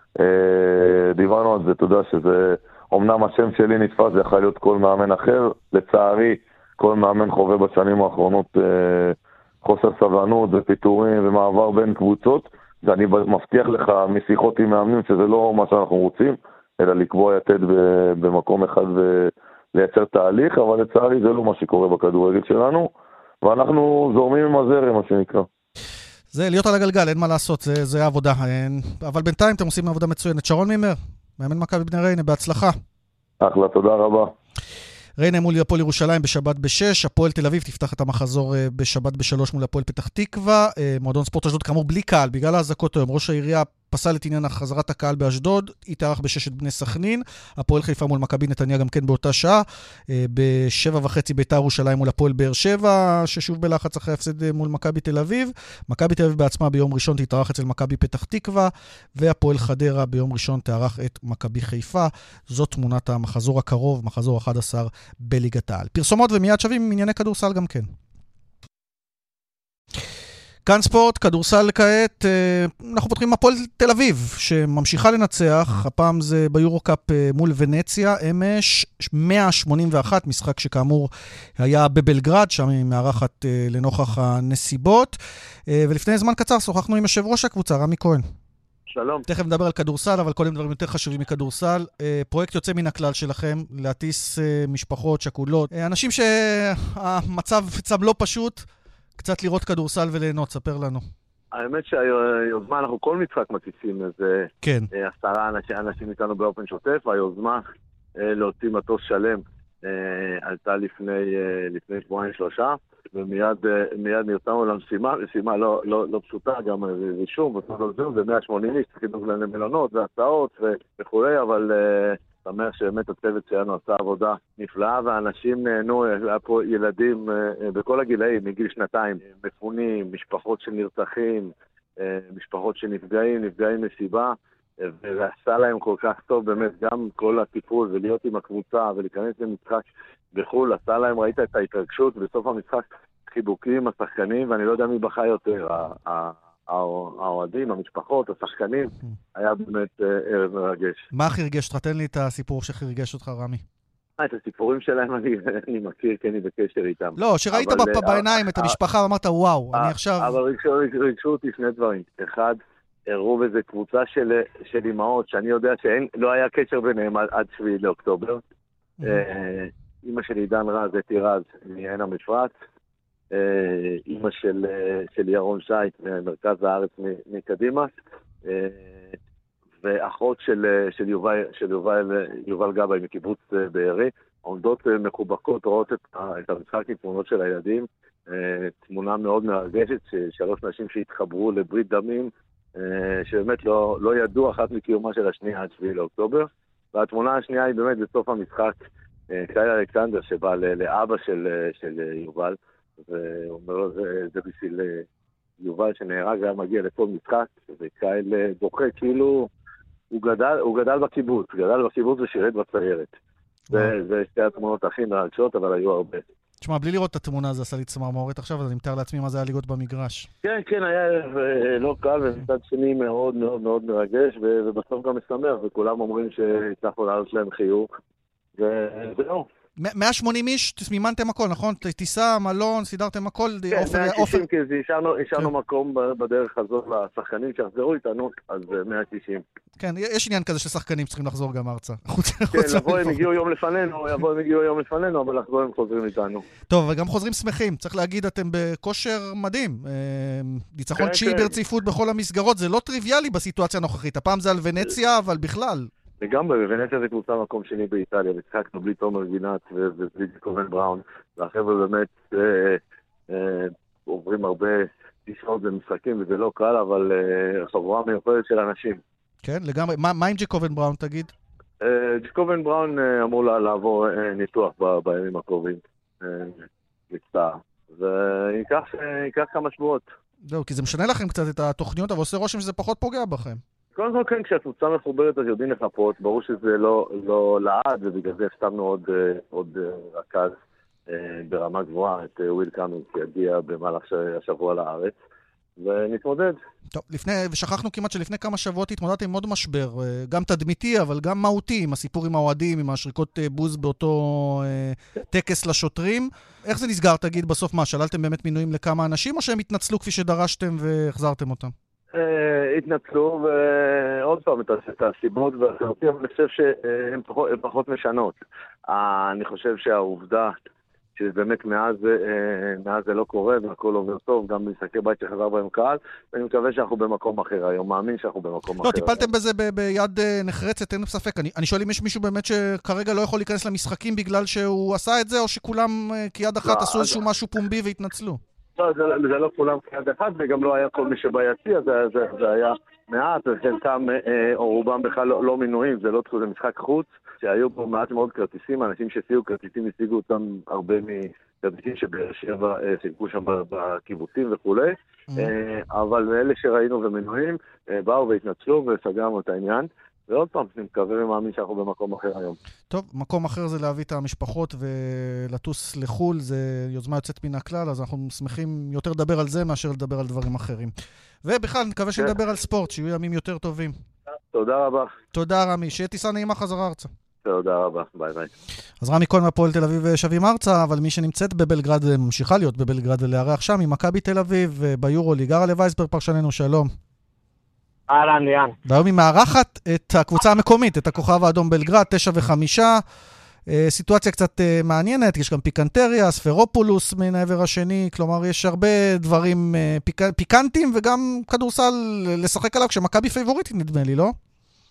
דיברנו על זה, אתה יודע שזה, אמנם השם שלי נתפס, זה יכול להיות כל מאמן אחר. לצערי, כל מאמן חווה בשנים האחרונות חוסר סבלנות ופיטורים ומעבר בין קבוצות. ואני מבטיח לך משיחות עם מאמנים שזה לא מה שאנחנו רוצים, אלא לקבוע יתד במקום אחד ולייצר תהליך, אבל לצערי זה לא מה שקורה בכדורגל שלנו. ואנחנו זורמים עם הזרם, מה שנקרא. זה להיות על הגלגל, אין מה לעשות, זה, זה העבודה. אין... אבל בינתיים אתם עושים עבודה מצוינת. שרון מימר, מאמן מכבי בני ריינה, בהצלחה. אחלה, תודה רבה. ריינה מול הפועל ירושלים בשבת בשש, הפועל תל אביב תפתח את המחזור בשבת בשלוש מול הפועל פתח תקווה, מועדון ספורט אשדוד כאמור בלי קהל, בגלל ההזעקות היום, ראש העירייה פסל את עניין החזרת הקהל באשדוד, היא תארח בששת בני סכנין, הפועל חיפה מול מכבי נתניה גם כן באותה שעה, בשבע וחצי בית"ר ירושלים מול הפועל באר שבע, ששוב בלחץ אחרי הפסד מול מכבי תל אביב, מכבי תל אביב בעצמה ביום ראשון תתארח אצל מכבי פתח תקווה, והפועל חדרה ביום ראשון תארח את מכבי חיפה. זאת תמונת המחזור הקרוב, מחזור אחד עשר בליגת העל. פרסומות ומיד שווים ענייני כדורסל גם כן. כאן ספורט, כדורסל כעת, אנחנו פותחים הפועל תל אביב, שממשיכה לנצח, הפעם זה ביורוקאפ מול ונציה, אמש מאה שמונים ואחת, משחק שכאמור היה בבלגרד, שם היא מארחת לנוכח הנסיבות, ולפני זמן קצר שוחחנו עם יושב ראש הקבוצה, רמי כהן. שלום. תכף נדבר על כדורסל, אבל קודם דברים יותר חשובים מכדורסל. פרויקט יוצא מן הכלל שלכם, להטיס משפחות, שכולות, אנשים שהמצב אצלם לא פשוט, קצת לראות כדורסל וליהנות, ספר לנו. האמת שהיוזמה, אנחנו כל משחק מציצים איזה כן. עשרה אנשים, אנשים איתנו באופן שוטף, והיוזמה להוציא מטוס שלם עלתה לפני, לפני שבועיים שלושה, ומיד מיד נרתמנו למשימה, משימה לא, לא, לא פשוטה, גם רישום, ו-מאה ושמונים איש, צריכים למלונות והצעות וכולי, אבל שמח שבאמת הצוות שלנו עשה עבודה נפלאה, ואנשים נהנו, היה פה ילדים בכל הגילאים, מגיל שנתיים, מפונים, משפחות של נרצחים, משפחות שנפגעים, נפגעים מסיבה, ועשה להם כל כך טוב, באמת גם כל הטיפול, ולהיות עם הקבוצה, ולהיכנס למשחק בחול, עשה להם, ראית את ההתרגשות, בסוף המשחק חיבוקים, השחקנים, ואני לא יודע מי בכה יותר, האוהדים, המשפחות, השחקנים, היה באמת ערב מרגש. מה הכי הרגש? תתן לי את הסיפור שהרגש אותך, רמי. את הסיפורים שלהם אני, אני מכיר, כי אני בקשר איתם. לא, שראית אבל, בעיניים את המשפחה ואמרת, וואו, אני עכשיו... אבל רגשו, רגשו אותי שני דברים. אחד, הראו בזה קבוצה של, של אמהות, שאני יודע שלא היה קשר ביניהם עד, עד שביעי לאוקטובר. אמא של עידן רז, אתי רז, מעין המפרץ. אמא של, של ירון שייט, ממרכז הארץ מקדימה. ואחות של, של, יובל, של יובל, יובל גבאי מקיבוץ בארי. עומדות מחובקות, רואות את, את המשחק עם תמונות של הילדים. תמונה מאוד מרגשת, שלוש נשים שהתחברו לברית דמים, שבאמת לא, לא ידעו אחת מקיומה של השנייה עד שביעי לאוקטובר. והתמונה השנייה היא באמת בסוף המשחק, קייל אלכסנדר שבא לאבא של, של יובל, ואומר לו, זה, זה בשביל יובל שנהרג והיה מגיע לכל משחק, וקייל בוכה כאילו הוא גדל, הוא גדל בקיבוץ, גדל בקיבוץ ושירת בציירת. זה שתי התמונות הכי מרגשות, אבל היו הרבה. תשמע, בלי לראות את התמונה הזו, עשה לי צמרמורת עכשיו, אז אני מתאר לעצמי מה זה היה ליגות במגרש. כן, כן, היה לא קל, ומצד שני מאוד מאוד מאוד מרגש, ובסוף גם משמח, וכולם אומרים שהצלחנו לעלות להם חיוך, וזהו. מאה ושמונים איש, מימנתם הכל, נכון? טיסה, מלון, סידרתם הכל? כן, מאה ושישים, כי השארנו מקום בדרך הזאת לשחקנים שיחזרו איתנו, אז מאה ושישים. כן, יש עניין כזה ששחקנים צריכים לחזור גם ארצה. כן, לבוא הם הגיעו יום לפנינו, יבוא הם הגיעו יום לפנינו, אבל לחזור הם חוזרים איתנו. טוב, וגם חוזרים שמחים, צריך להגיד, אתם בכושר מדהים. ניצחון תשיעי ברציפות בכל המסגרות, זה לא טריוויאלי בסיטואציה הנוכחית. הפעם זה על ונציה, אבל בכלל. לגמרי, ונציה זה קבוצה מקום שני באיטליה, וצחקנו בלי תומר גינת ובלי קובן בראון, והחבר'ה באמת אה, אה, עוברים הרבה תשעות במשחקים, וזה לא קל, אבל אה, חבורה מיוחדת של אנשים. כן, לגמרי. מה, מה עם ג'קובן בראון, תגיד? אה, ג'קובן בראון אה, אמור לה, לעבור אה, ניתוח ב, בימים הקרובים, אה, מצטער, וייקח כמה שבועות. זהו, כי זה משנה לכם קצת את התוכניות, אבל עושה רושם שזה פחות פוגע בכם. קודם כל כן, כשהקבוצה מחוברת אז יודעים לחפות, ברור שזה לא, לא לעד, ובגלל זה הפתענו עוד, עוד רכז ברמה גבוהה, את וויל קאמינג, שיגיע במהלך השבוע לארץ, ונתמודד. טוב, לפני, ושכחנו כמעט שלפני כמה שבועות התמודדתם עם עוד משבר, גם תדמיתי, אבל גם מהותי, עם הסיפור עם האוהדים, עם השריקות בוז באותו טקס לשוטרים. איך זה נסגר, תגיד, בסוף מה, שללתם באמת מינויים לכמה אנשים, או שהם התנצלו כפי שדרשתם והחזרתם אותם? התנצלו, ועוד פעם את הסיבות והחלטים, אבל אני חושב שהן פחות משנות. אני חושב שהעובדה שבאמת מאז זה לא קורה והכל עובר טוב, גם במשחקי בית שחזר בהם קהל, ואני מקווה שאנחנו במקום אחר היום, מאמין שאנחנו במקום אחר. לא, טיפלתם בזה ביד נחרצת, אין ספק. אני שואל אם יש מישהו באמת שכרגע לא יכול להיכנס למשחקים בגלל שהוא עשה את זה, או שכולם כיד אחת עשו איזשהו משהו פומבי והתנצלו? לא, זה, זה לא כולם כיד אחד, וגם לא היה כל מי שביציע, זה, זה, זה היה מעט, וחלקם אה, או רובם בכלל לא, לא מינויים, זה לא תחום, זה משחק חוץ, שהיו פה מעט מאוד כרטיסים, אנשים שהשיגו כרטיסים, השיגו אותם הרבה מכרטיסים שבאר שבע שיגעו שם בקיבוצים וכולי, אה, אבל אלה שראינו ומינויים, אה, באו והתנצלו וסגרנו את העניין. ועוד פעם, אני מקווה ומאמין שאנחנו במקום אחר היום. טוב, מקום אחר זה להביא את המשפחות ולטוס לחול, זה יוזמה יוצאת מן הכלל, אז אנחנו שמחים יותר לדבר על זה מאשר לדבר על דברים אחרים. ובכלל, נקווה שנדבר על ספורט, שיהיו ימים יותר טובים. תודה רבה. תודה רמי, שיהיה טיסה נעימה חזרה ארצה. תודה רבה, ביי ביי. אז רמי כהן מהפועל תל אביב שבים ארצה, אבל מי שנמצאת בבלגרד, ממשיכה להיות בבלגרד ולארח שם, עם מכבי תל אביב ביורוליג. גרה לווייסברג, פרשננו, שלום. אהלן, ליאן. והיום היא מארחת את הקבוצה המקומית, את הכוכב האדום בלגרד, תשע וחמישה. סיטואציה קצת מעניינת, יש גם פיקנטריה, ספרופולוס מן העבר השני, כלומר יש הרבה דברים פיק... פיקנטיים וגם כדורסל לשחק עליו, כשמכבי פייבוריטית נדמה לי, לא?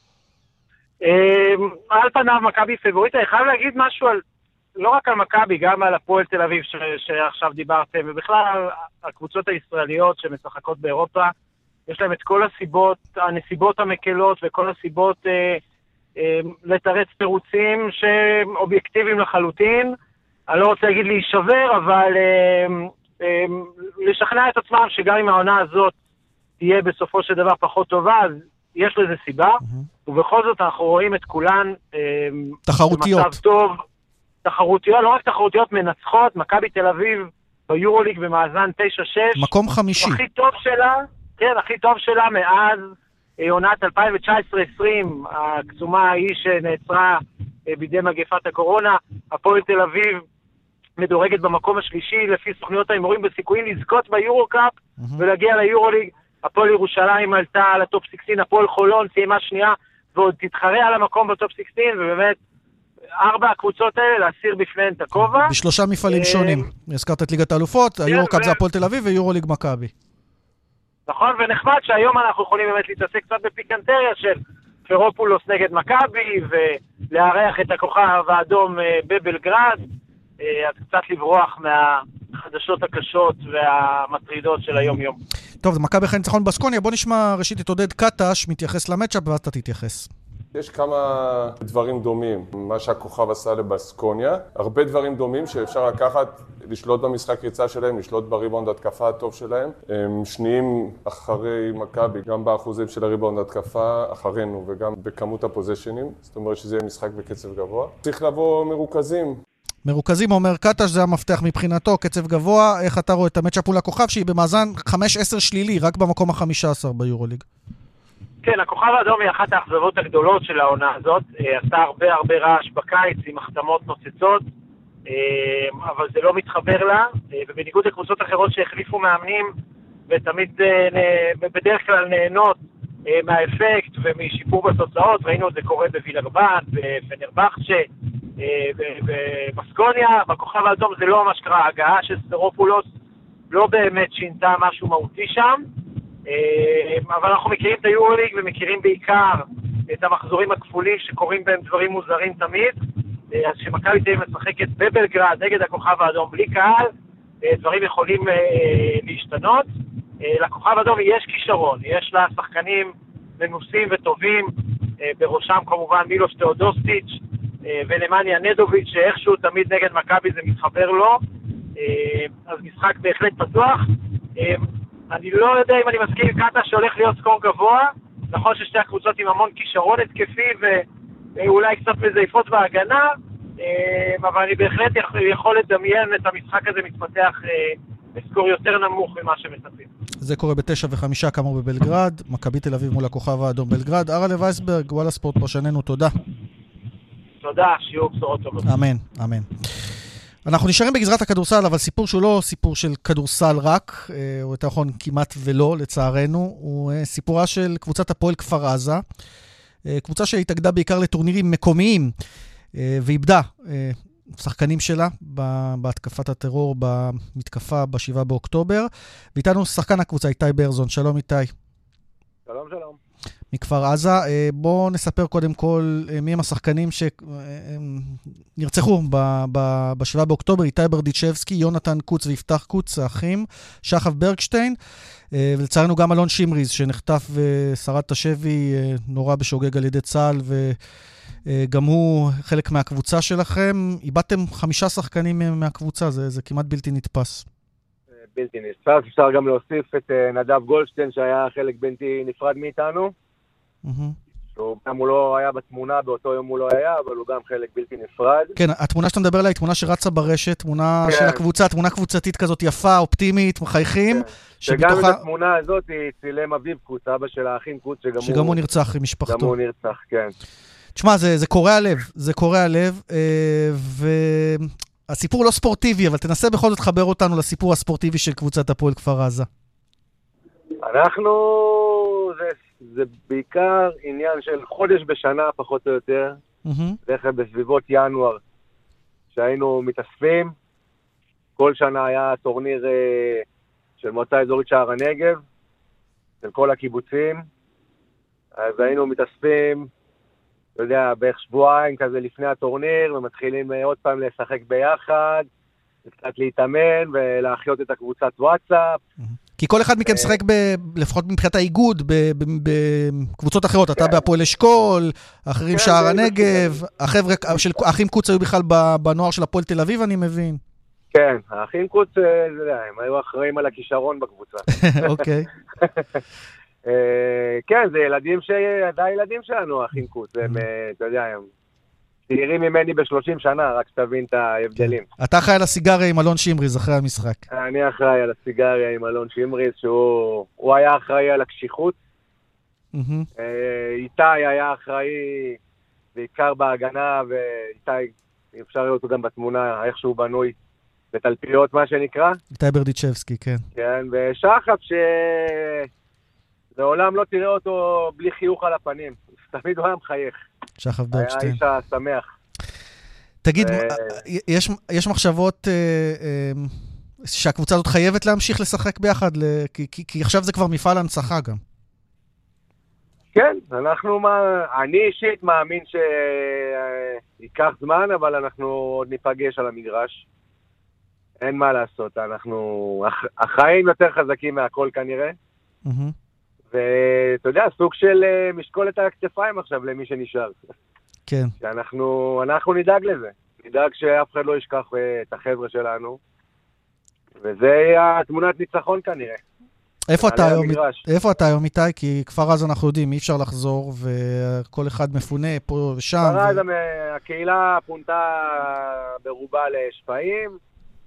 על פניו מכבי פייבוריטית, אני חייב להגיד משהו על, לא רק על מכבי, גם על הפועל תל אביב ש... שעכשיו דיברתם, ובכלל הקבוצות הישראליות שמשחקות באירופה, יש להם את כל הסיבות, הנסיבות המקלות וכל הסיבות אה, אה, לתרץ תירוצים שהם אובייקטיביים לחלוטין. אני לא רוצה להגיד להישבר, אבל אה, אה, לשכנע את עצמם שגם אם העונה הזאת תהיה בסופו של דבר פחות טובה, אז יש לזה סיבה, mm-hmm. ובכל זאת אנחנו רואים את כולן אה, תחרותיות. במצב טוב, תחרותיות, לא רק תחרותיות מנצחות, מכבי תל אביב ביורוליג במאזן תשע שש. מקום חמישי. הכי טוב שלה, כן, הכי טוב שלה מאז עונת אלפיים תשע עשרה עשרים, הקצומה ההיא שנעצרה בידי מגפת הקורונה. הפועל תל אביב מדורגת במקום השלישי לפי סוכניות ההימורים בסיכויים לזכות ביורו-קאפ mm-hmm. ולהגיע ליורוליג. הפועל ירושלים עלתה על הטופ שש עשרה, הפועל חולון סיימה שנייה ועוד תתחרה על המקום בטופ שש עשרה, ובאמת ארבע הקבוצות האלה להסיר בפניהן את הכובע. בשלושה מפעלים שונים. הזכרת את ליגת האלופות, היורו-קאפ זה הפועל תל אביב ויורוליג מכבי. נכון, ונחמד שהיום אנחנו יכולים באמת להתעסק קצת בפיקנטריה של פרופולוס נגד מכבי, ולארח את הכוכב האדום בבלגרד, אז קצת לברוח מהחדשות הקשות והמטרידות של היום יום. טוב, זה מכבי אחרי ניצחון בסקוניה, בוא נשמע ראשית את עודד קטש, מתייחס למצ'אפ ואז אתה תתייחס. יש כמה דברים דומים, מה שהכוכב עשה לבסקוניה, הרבה דברים דומים שאפשר לקחת, לשלוט במשחק ריצה שלהם, לשלוט בריבאונד התקפה הטוב שלהם. הם שניים אחרי מכבי, גם באחוזים של הריבאונד התקפה, אחרינו וגם בכמות הפוזישנים, זאת אומרת שזה יהיה משחק בקצב גבוה. צריך לבוא מרוכזים. מרוכזים, אומר קטש, זה המפתח מבחינתו, קצב גבוה. איך אתה רואה את המצ'אפ מול הכוכב שהיא במאזן חמש עשר שלילי, רק במקום ה-חמישה עשר ביורוליג? כן, הכוכב האדום היא אחת האכזבות הגדולות של העונה הזאת, עשתה הרבה הרבה רעש בקיץ עם החתמות נוצצות, אבל זה לא מתחבר לה, ובניגוד לקבוצות אחרות שהחליפו מאמנים, ותמיד בדרך כלל נהנות מהאפקט ומשיפור בתוצאות, ראינו את זה קורה בווילרבן, בפנרבחצ'ה, ובסקוניה, בכוכב האדום זה לא ממש קרה, ההגעה של ספרופולוס לא באמת שינתה משהו מהותי שם, אבל אנחנו מכירים את היורוליג ומכירים בעיקר את המחזורים הכפולים שקורים בהם דברים מוזרים תמיד. אז שמכבי תל אביב משחקת בבלגרד נגד הכוכב האדום בלי קהל, דברים יכולים להשתנות. לכוכב האדום יש כישרון, יש לה שחקנים מנוסים וטובים, בראשם כמובן מילוש תאודוסטיץ' ונמניה נדוביץ', שאיכשהו תמיד נגד מכבי זה מתחבר לו, אז משחק בהחלט פתוח. אני לא יודע אם אני מסכים עם קטש שהולך להיות סקור גבוה, נכון ששתי הקבוצות עם המון כישרון התקפי ואולי קצת מזייפות בהגנה, אבל אני בהחלט יכול לדמיין את המשחק הזה מתפתח בסקור יותר נמוך ממה שמצפים. זה קורה בתשע וחמישה כאמור בבלגרד, מכבי תל אביב מול הכוכב האדום בלגרד. ארלה וייסברג, וואלה ספורט פרשננו, תודה. תודה, שיהיו בשורות טובות. אמן, אמן. אנחנו נשארים בגזרת הכדורסל, אבל סיפור שהוא לא סיפור של כדורסל רק, הוא יותר נכון כמעט ולא, לצערנו, הוא סיפורה של קבוצת הפועל כפר עזה, קבוצה שהתאגדה בעיקר לטורנירים מקומיים, ואיבדה שחקנים שלה בהתקפת הטרור, במתקפה בשבעה באוקטובר, ואיתנו שחקן הקבוצה איתי ברזון. שלום איתי. שלום שלום. מכפר עזה. בואו נספר קודם כל מי הם השחקנים שנרצחו בשבעה באוקטובר. איתי ברדיצ'בסקי, יונתן קוץ ויפתח קוץ, האחים, שחף ברגשטיין, ולצערנו גם אלון שמריז שנחטף ושרד השבי נורא בשוגג על ידי צה"ל, וגם הוא חלק מהקבוצה שלכם. איבדתם חמישה שחקנים מהקבוצה, זה, זה כמעט בלתי נתפס. בלתי נתפס. אפשר גם להוסיף את נדב גולדשטיין שהיה חלק בלתי נפרד מאיתנו. שהוא גם הוא לא היה בתמונה, באותו יום הוא לא היה, אבל הוא גם חלק בלתי נפרד. כן, התמונה שאתה מדבר עליה היא תמונה שרצה ברשת, תמונה של הקבוצה, תמונה קבוצתית כזאת יפה, אופטימית, מחייכים. שגם את התמונה הזאת היא צילם אביב קוץ, אבא של האחים קוץ, שגם הוא נרצח עם משפחתו. גם הוא נרצח, כן. תשמע, זה קורע הלב, זה קורע הלב, והסיפור לא ספורטיבי, אבל תנסה בכל זאת לחבר אותנו לסיפור הספורטיבי של קבוצת הפועל כפר עזה. אנחנו, זה, זה בעיקר עניין של חודש בשנה, פחות או יותר, דרך בסביבות ינואר, שהיינו מתאספים, כל שנה היה טורניר של מועצה אזורית שער הנגב, של כל הקיבוצים, אז היינו מתאספים, אתה יודע, בערך שבועיים כזה לפני הטורניר, ומתחילים עוד פעם לשחק ביחד, קצת להתאמן ולהחיות את הקבוצת וואטסאפ. כי כל אחד מכם שחק, לפחות מבחינת האיגוד, בקבוצות אחרות. אתה בהפועל אשכול, אחרים שער הנגב, החבר'ה של האחים קוץ היו בכלל בנוער של הפועל תל אביב, אני מבין. כן, האחים קוץ, הם היו אחראים על הכישרון בקבוצה. אוקיי. כן, זה ילדים שעדיין ילדים שלנו, האחים קוץ. הם, אתה יודע, הם צעירים ממני ב-שלושים שנה, רק שתבין את ההבדלים. אתה אחראי על הסיגריה עם אלון שמריז אחרי המשחק. אני אחראי על הסיגריה עם אלון שמריז, שהוא היה אחראי על הקשיחות. איתי היה אחראי בעיקר בהגנה, ואיתי, אפשר לראות אותו גם בתמונה, איך שהוא בנוי בתלפיות, מה שנקרא. איתי ברדיצ'בסקי, כן. כן, ושחף ש... לעולם לא תראה אותו בלי חיוך על הפנים. תמיד הוא היה מחייך. שחף ברדשטיין. היה איש השמח. תגיד, יש, יש מחשבות שהקבוצה הזאת חייבת להמשיך לשחק ביחד? כי, כי, כי עכשיו זה כבר מפעל הנצחה גם. כן, אנחנו, אני אישית מאמין שייקח זמן, אבל אנחנו עוד ניפגש על המגרש. אין מה לעשות, אנחנו, החיים יותר חזקים מהכל כנראה. ואתה יודע, סוג של משקול את הכתפיים עכשיו למי שנשאר. כן. שאנחנו, אנחנו נדאג לזה. נדאג שאף אחד לא ישכח את החבר'ה שלנו. וזה התמונת ניצחון כנראה. איפה אתה היום, איפה אתה היום איתי? כי כפר עזה אנחנו יודעים, אי אפשר לחזור, וכל אחד מפונה פה ושם. כפר עזה, הקהילה פונתה ברובה לשפעים.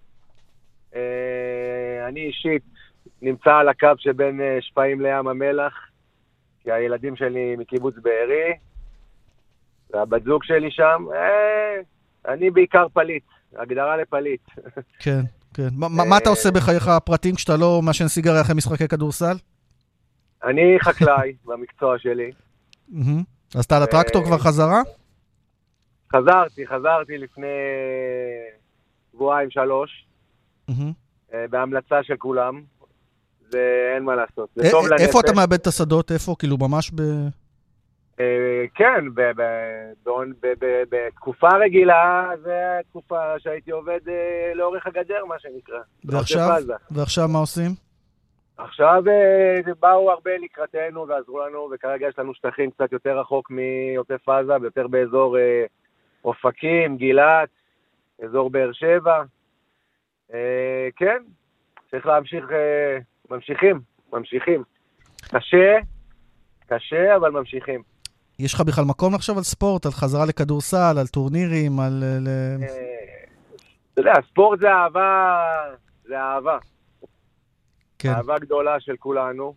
אני אישית נמצא על הקו שבין שפעים לים המלח, כי הילדים שלי מקיבוץ בארי, והבת זוג שלי שם, אני בעיקר פליט, הגדרה לפליט. כן, כן. מה אתה עושה בחייך הפרטים כשאתה לא מעשן סיגריה אחרי משחקי כדורסל? אני חקלאי במקצוע שלי. אז אתה על הטרקטור כבר חזרה? חזרתי, חזרתי לפני שבועיים שלוש, בהמלצה של כולם. זה אין מה לעשות. זה טוב לנפש. איפה אתה מאבד את השדות? איפה? כאילו ממש ב... כן, בתקופה רגילה, זה תקופה שהייתי עובד לאורך הגדר, מה שנקרא. ועכשיו מה עושים? עכשיו באו הרבה לקראתנו ועזרו לנו, וכרגע יש לנו שטחים קצת יותר רחוק מעוטף עזה, יותר באזור אופקים, גילת, אזור באר שבע. כן, צריך להמשיך, ממשיכים, ממשיכים. קשה, קשה, אבל ממשיכים. יש לך בכלל מקום לחשוב על ספורט, על חזרה לכדורסל, על טורנירים, על... אתה יודע, ספורט זה אהבה, זה אהבה. כן. אהבה גדולה של כולנו.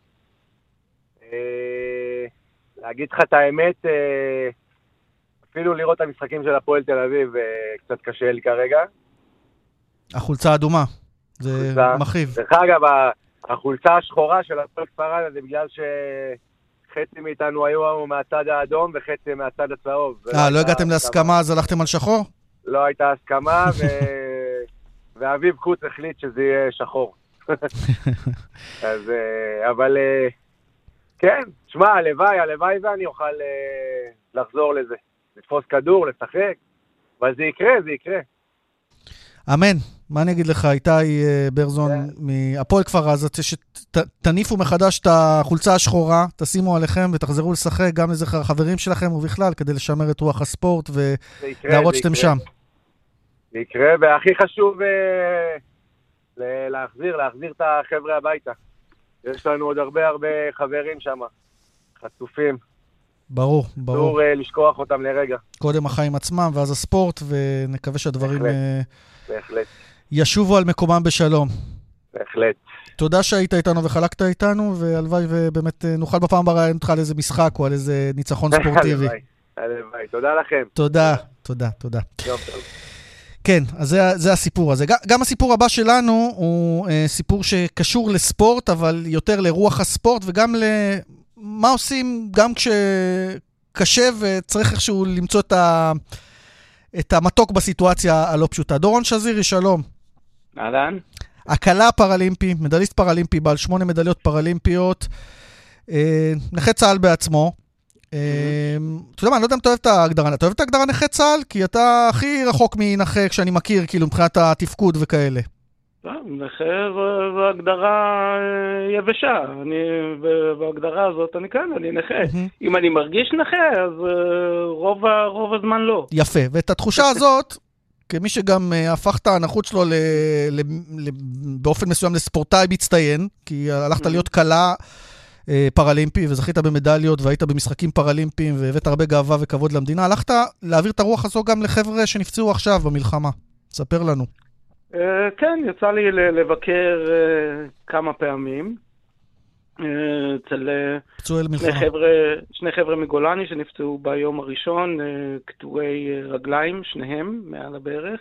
להגיד לך את האמת, אפילו לראות את המשחקים של הפועל תל אביב, קצת קשה לי כרגע. החולצה האדומה, זה מחיב. דרך אגב, החולצה השחורה של הפועל כפר עזה, זה בגלל ש... חצי מאיתנו היו מהצד האדום וחצי מהצד הצהוב. אה, לא הגעתם להסכמה, אז הלכתם על שחור? לא הייתה הסכמה, ואביב קוץ החליט שזה יהיה שחור. אז, אבל, כן, שמע, הלוואי, הלוואי ואני אוכל לחזור לזה. לתפוס כדור, לשחק, אבל זה יקרה, זה יקרה. אמן. מה אני אגיד לך, איתי ברזון מהפועל כפר עזה, תניפו מחדש את החולצה השחורה, תשימו עליכם ותחזרו לשחק גם לזכר החברים שלכם ובכלל, כדי לשמר את רוח הספורט ולהראות שאתם שם. זה יקרה, והכי חשוב להחזיר, להחזיר את החבר'ה הביתה. יש לנו עוד הרבה הרבה חברים שם, חצופים. ברור, ברור. אסור לשכוח אותם לרגע. קודם החיים עצמם ואז הספורט, ונקווה שהדברים בהחלט. ישובו על מקומם בשלום. בהחלט. תודה שהיית איתנו וחלקת איתנו, והלוואי ובאמת נוכל בפעם הבאה ראיין אותך על איזה משחק או על איזה ניצחון ספורטיבי. הלוואי, הלוואי. תודה לכם. תודה, תודה, תודה. יום טוב. כן, אז זה, זה הסיפור הזה. גם הסיפור הבא שלנו הוא אה, סיפור שקשור לספורט, אבל יותר לרוח הספורט, וגם למה עושים גם כשקשה וצריך איכשהו למצוא את, ה, את המתוק בסיטואציה הלא פשוטה. דורון שזירי, שלום. אהלן. הקלה פרלימפי, מדליסט פרלימפי, בעל שמונה מדליות פרלימפיות, נכה צה"ל בעצמו. אתה יודע מה, אני לא יודע אם אתה אוהב את ההגדרה, אתה אוהב את ההגדרה נכה צה"ל? כי אתה הכי רחוק מנכה כשאני מכיר, כאילו, מבחינת התפקוד וכאלה. נכה זו הגדרה יבשה, בהגדרה הזאת אני כאן, אני נכה. אם אני מרגיש נכה, אז רוב הזמן לא. יפה, ואת התחושה הזאת, כמי שגם הפך את הנחות שלו באופן מסוים לספורטאי מצטיין, כי הלכת להיות קלה פרלימפי, וזכית במדליות, והיית במשחקים פרלימפיים, והבאת הרבה גאווה וכבוד למדינה, הלכת להעביר את הרוח הזו גם לחבר'ה שנפצעו עכשיו במלחמה. ספר לנו. כן, יצא לי לבקר כמה פעמים אצל שני חבר'ה מגולני שנפצעו ביום הראשון, קטועי רגליים, שניהם מעל הברך.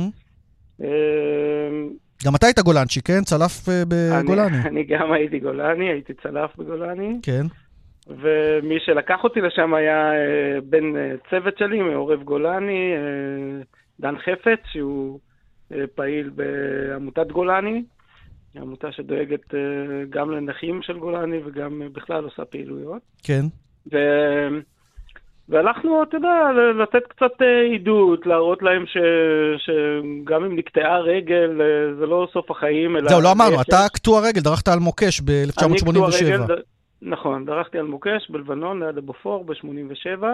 גם אתה היית גולנצ'י, כן? צלף בגולני. אני גם הייתי גולני, הייתי צלף בגולני. כן. ומי שלקח אותי לשם היה בן צוות שלי, מעורב גולני, דן חפץ, שהוא פעיל בעמותת גולני, עמותה שדואגת גם לנכים של גולני וגם בכלל עושה פעילויות. כן. ו... והלכנו, אתה יודע, לתת קצת עידוד, להראות להם ש... שגם אם נקטעה רגל, זה לא סוף החיים, אלא... זהו, לא אמרנו, אתה קטוע רגל, דרכת על מוקש ב-אלף תשע מאות שמונים ושבע. אני קטוע רגל, נכון, דרכתי על מוקש בלבנון, ליד הבופור, ב-שמונים ושבע.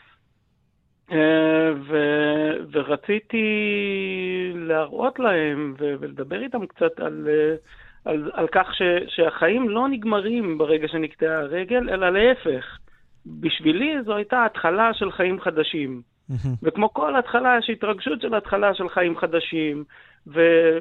ו... ורציתי להראות להם ו... ולדבר איתם קצת על, על, על כך ש... שהחיים לא נגמרים ברגע שנקטעה הרגל, אלא להפך. בשבילי זו הייתה התחלה של חיים חדשים. וכמו כל התחלה, יש התרגשות של התחלה של חיים חדשים, ו...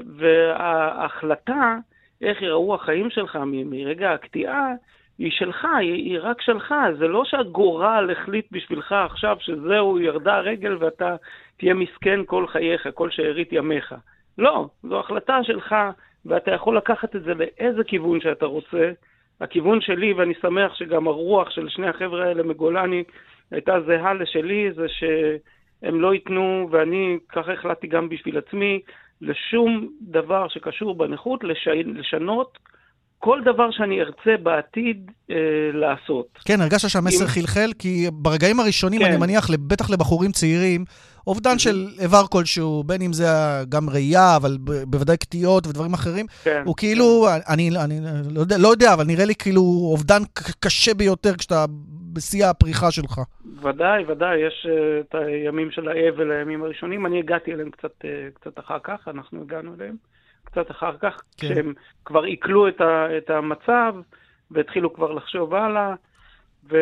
וההחלטה, איך יראו החיים שלך מ... מרגע הקטיעה, היא שלך, היא, היא רק שלך, זה לא שהגורל החליט בשבילך עכשיו שזהו, ירדה הרגל ואתה תהיה מסכן כל חייך, כל שארית ימיך. לא, זו החלטה שלך, ואתה יכול לקחת את זה לאיזה כיוון שאתה רוצה. הכיוון שלי, ואני שמח שגם הרוח של שני החבר'ה האלה מגולני הייתה זהה לשלי, זה שהם לא ייתנו, ואני ככה החלטתי גם בשביל עצמי, לשום דבר שקשור בנכות, לש... לשנות, כל דבר שאני ארצה בעתיד אה, לעשות. כן, הרגשת שהמסר עם... חלחל, כי ברגעים הראשונים, כן. אני מניח, בטח לבחורים צעירים, אובדן של איבר כלשהו, בין אם זה גם ראייה, אבל בוודאי קטיעות ודברים אחרים, כן, הוא כאילו, כן. אני, אני לא יודע, לא יודע, אבל נראה לי כאילו אובדן קשה ביותר כשאתה בשיא הפריחה שלך. ודאי, ודאי, יש uh, את הימים של האבל, הימים הראשונים, אני הגעתי אליהם קצת, uh, קצת אחר כך, אנחנו הגענו אליהם. קצת אחר כך, כן. כשהם כבר עיכלו את, ה, את המצב, והתחילו כבר לחשוב הלאה, ו,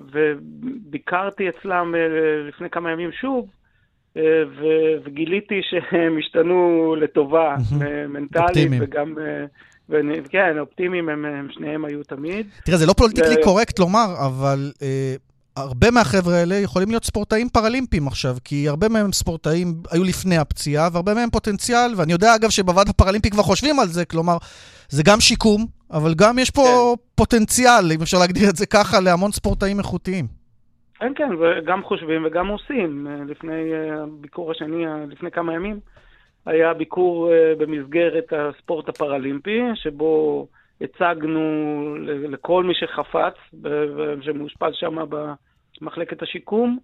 וביקרתי אצלם לפני כמה ימים שוב, ו, וגיליתי שהם השתנו לטובה, מנטלית, אופטימיים. וגם, וכן, אופטימיים הם, הם שניהם היו תמיד. תראה, זה לא פוליטיקלי ו... קורקט לומר, אבל... הרבה מהחבר'ה האלה יכולים להיות ספורטאים פרלימפיים עכשיו, כי הרבה מהם ספורטאים היו לפני הפציעה, והרבה מהם פוטנציאל, ואני יודע אגב שבוועד הפרלימפי כבר חושבים על זה, כלומר, זה גם שיקום, אבל גם יש פה כן. פוטנציאל, אם אפשר להגדיר את זה ככה, להמון ספורטאים איכותיים. כן, כן, וגם חושבים וגם עושים. לפני הביקור השני, לפני כמה ימים, היה ביקור במסגרת הספורט הפרלימפי, שבו הצגנו לכל מי שחפץ, שמאושפז שם במחלקת השיקום,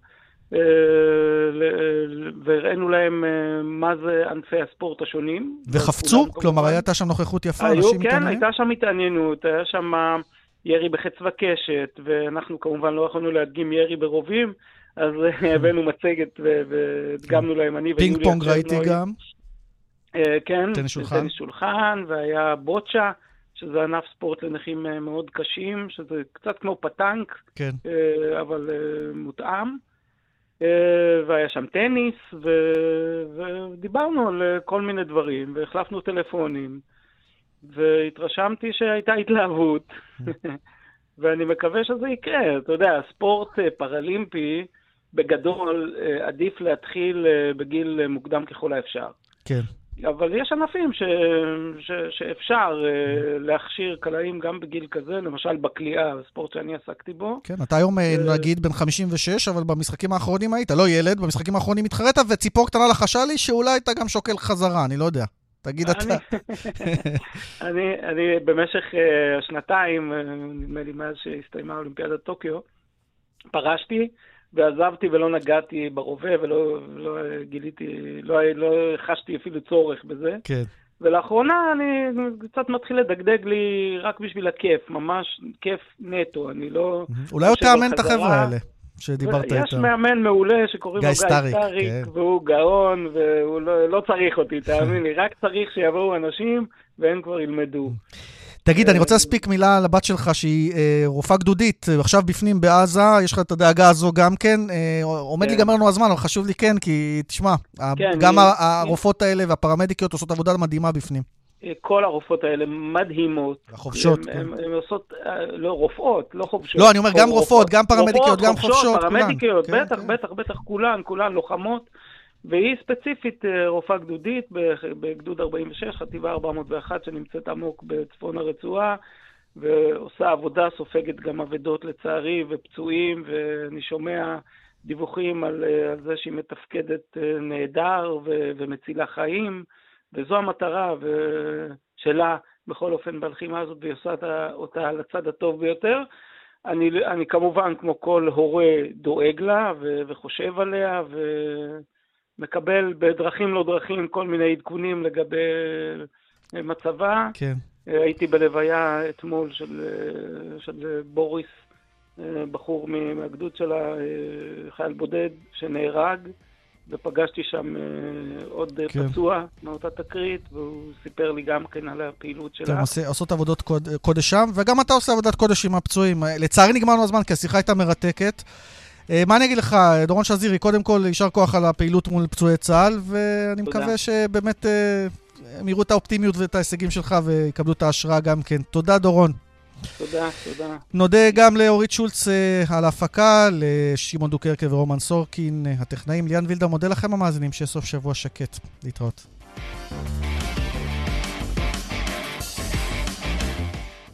והראינו להם מה זה ענפי הספורט השונים. וחפצו? כלומר, הייתה שם נוכחות יפה, אנשים מתעניינים? כן, הייתה שם התעניינות, היה שם ירי בחץ וקשת, ואנחנו כמובן לא יכולנו להדגים ירי ברובים, אז הבאנו מצגת והדגמנו להם אני ויולי. פינג פונג ראיתי גם. כן, טניס שולחן. טניס שולחן, והיה בוצ'ה, שזה ענף ספורט לנכים מאוד קשים, שזה קצת כמו פטנק, כן. אבל מותאם. והיה שם טניס, ו... ודיברנו על כל מיני דברים, והחלפנו טלפונים, והתרשמתי שהייתה התלהבות, ואני מקווה שזה יקרה. אתה יודע, ספורט פרלימפי, בגדול, עדיף להתחיל בגיל מוקדם ככל האפשר. כן. אבל יש ענפים ש, ש, שאפשר להכשיר קלעים גם בגיל כזה, למשל בקליעה, הספורט שאני עסקתי בו. כן, אתה היום נגיד בן חמישים ושש, אבל במשחקים האחרונים היית, לא ילד, במשחקים האחרונים התחרית, וציפור קטנה לחשה לי שאולי אתה גם שוקל חזרה, אני לא יודע. תגיד אתה. אני, אני במשך שנתיים, נדמה לי מאז שהסתיימה אולימפיאדת טוקיו, פרשתי, ועזבתי ולא נגעתי ברובה, ולא לא גיליתי, לא, לא חשתי אפילו צורך בזה. כן. ולאחרונה אני קצת מתחיל לדגדג לי רק בשביל הכיף, ממש כיף נטו, אני לא... אולי הוא תאמן את החבר'ה האלה שדיברת איתם. יש מאמן מעולה שקוראים לו גיא סטאריק, כן. והוא גאון, והוא לא, לא צריך אותי, תאמין לי, רק צריך שיבואו אנשים, והם כבר ילמדו. תגיד, אני רוצה להספיק מילה לבת שלך שהיא אה, רופאה גדודית, עכשיו בפנים בעזה, יש לך את הדאגה הזו גם כן, אה, עומד כן. לי גמר לנו הזמן, אבל חשוב לי כן, כי תשמע, כן, גם אני... הרופאות האלה והפרמדיקיות עושות עבודה מדהימה בפנים. כל הרופאות האלה מדהימות. החופשות. הן עושות, לא רופאות, לא חופשות. לא, אני אומר גם רופאות, גם פרמדיקיות, גם חופשות. פרמדיקיות, בטח, בטח, בטח, כולן, כולן לוחמות. והיא ספציפית רופאה גדודית בגדוד ארבעים ושש, חטיבה ארבע מאות ואחת, שנמצאת עמוק בצפון הרצועה, ועושה עבודה, סופגת גם עבדות לצערי ופצועים, ואני שומע דיווחים על, על זה שהיא מתפקדת נהדר ו, ומצילה חיים, וזו המטרה שלה בכל אופן בלחימה הזאת, והיא עושה אותה על הצד הטוב ביותר. אני, אני כמובן כמו כל הורה דואג לה ו, וחושב עליה ו... מקבל בדרכים לא דרכים כל מיני עדכונים לגבי מצבה. כן. הייתי בלוויה אתמול של, של בוריס, בחור מהגדוד שלה, חייל בודד שנהרג, ופגשתי שם עוד כן. פצוע מאותה תקרית, והוא סיפר לי גם כן על הפעילות שלה. אתם עושה, עושות עבודות קוד, קודש שם, וגם אתה עושה עבודת קודש עם הפצועים. לצערי נגמרנו הזמן, כי השיחה הייתה מרתקת. מה אני אגיד לך, דורון שזירי, קודם כל יישר כוח על הפעילות מול פצועי צה"ל, ואני תודה. מקווה שבאמת הם יראו את האופטימיות ואת ההישגים שלך ויקבלו את ההשראה גם כן. תודה דורון. תודה, תודה. נודה גם לאורית שולץ על ההפקה, לשמעון דוקרקר ורומן סורקין, הטכנאים. ליאן וילדר, מודה לכם המאזינים, שיהיה סוף שבוע שקט. להתראות.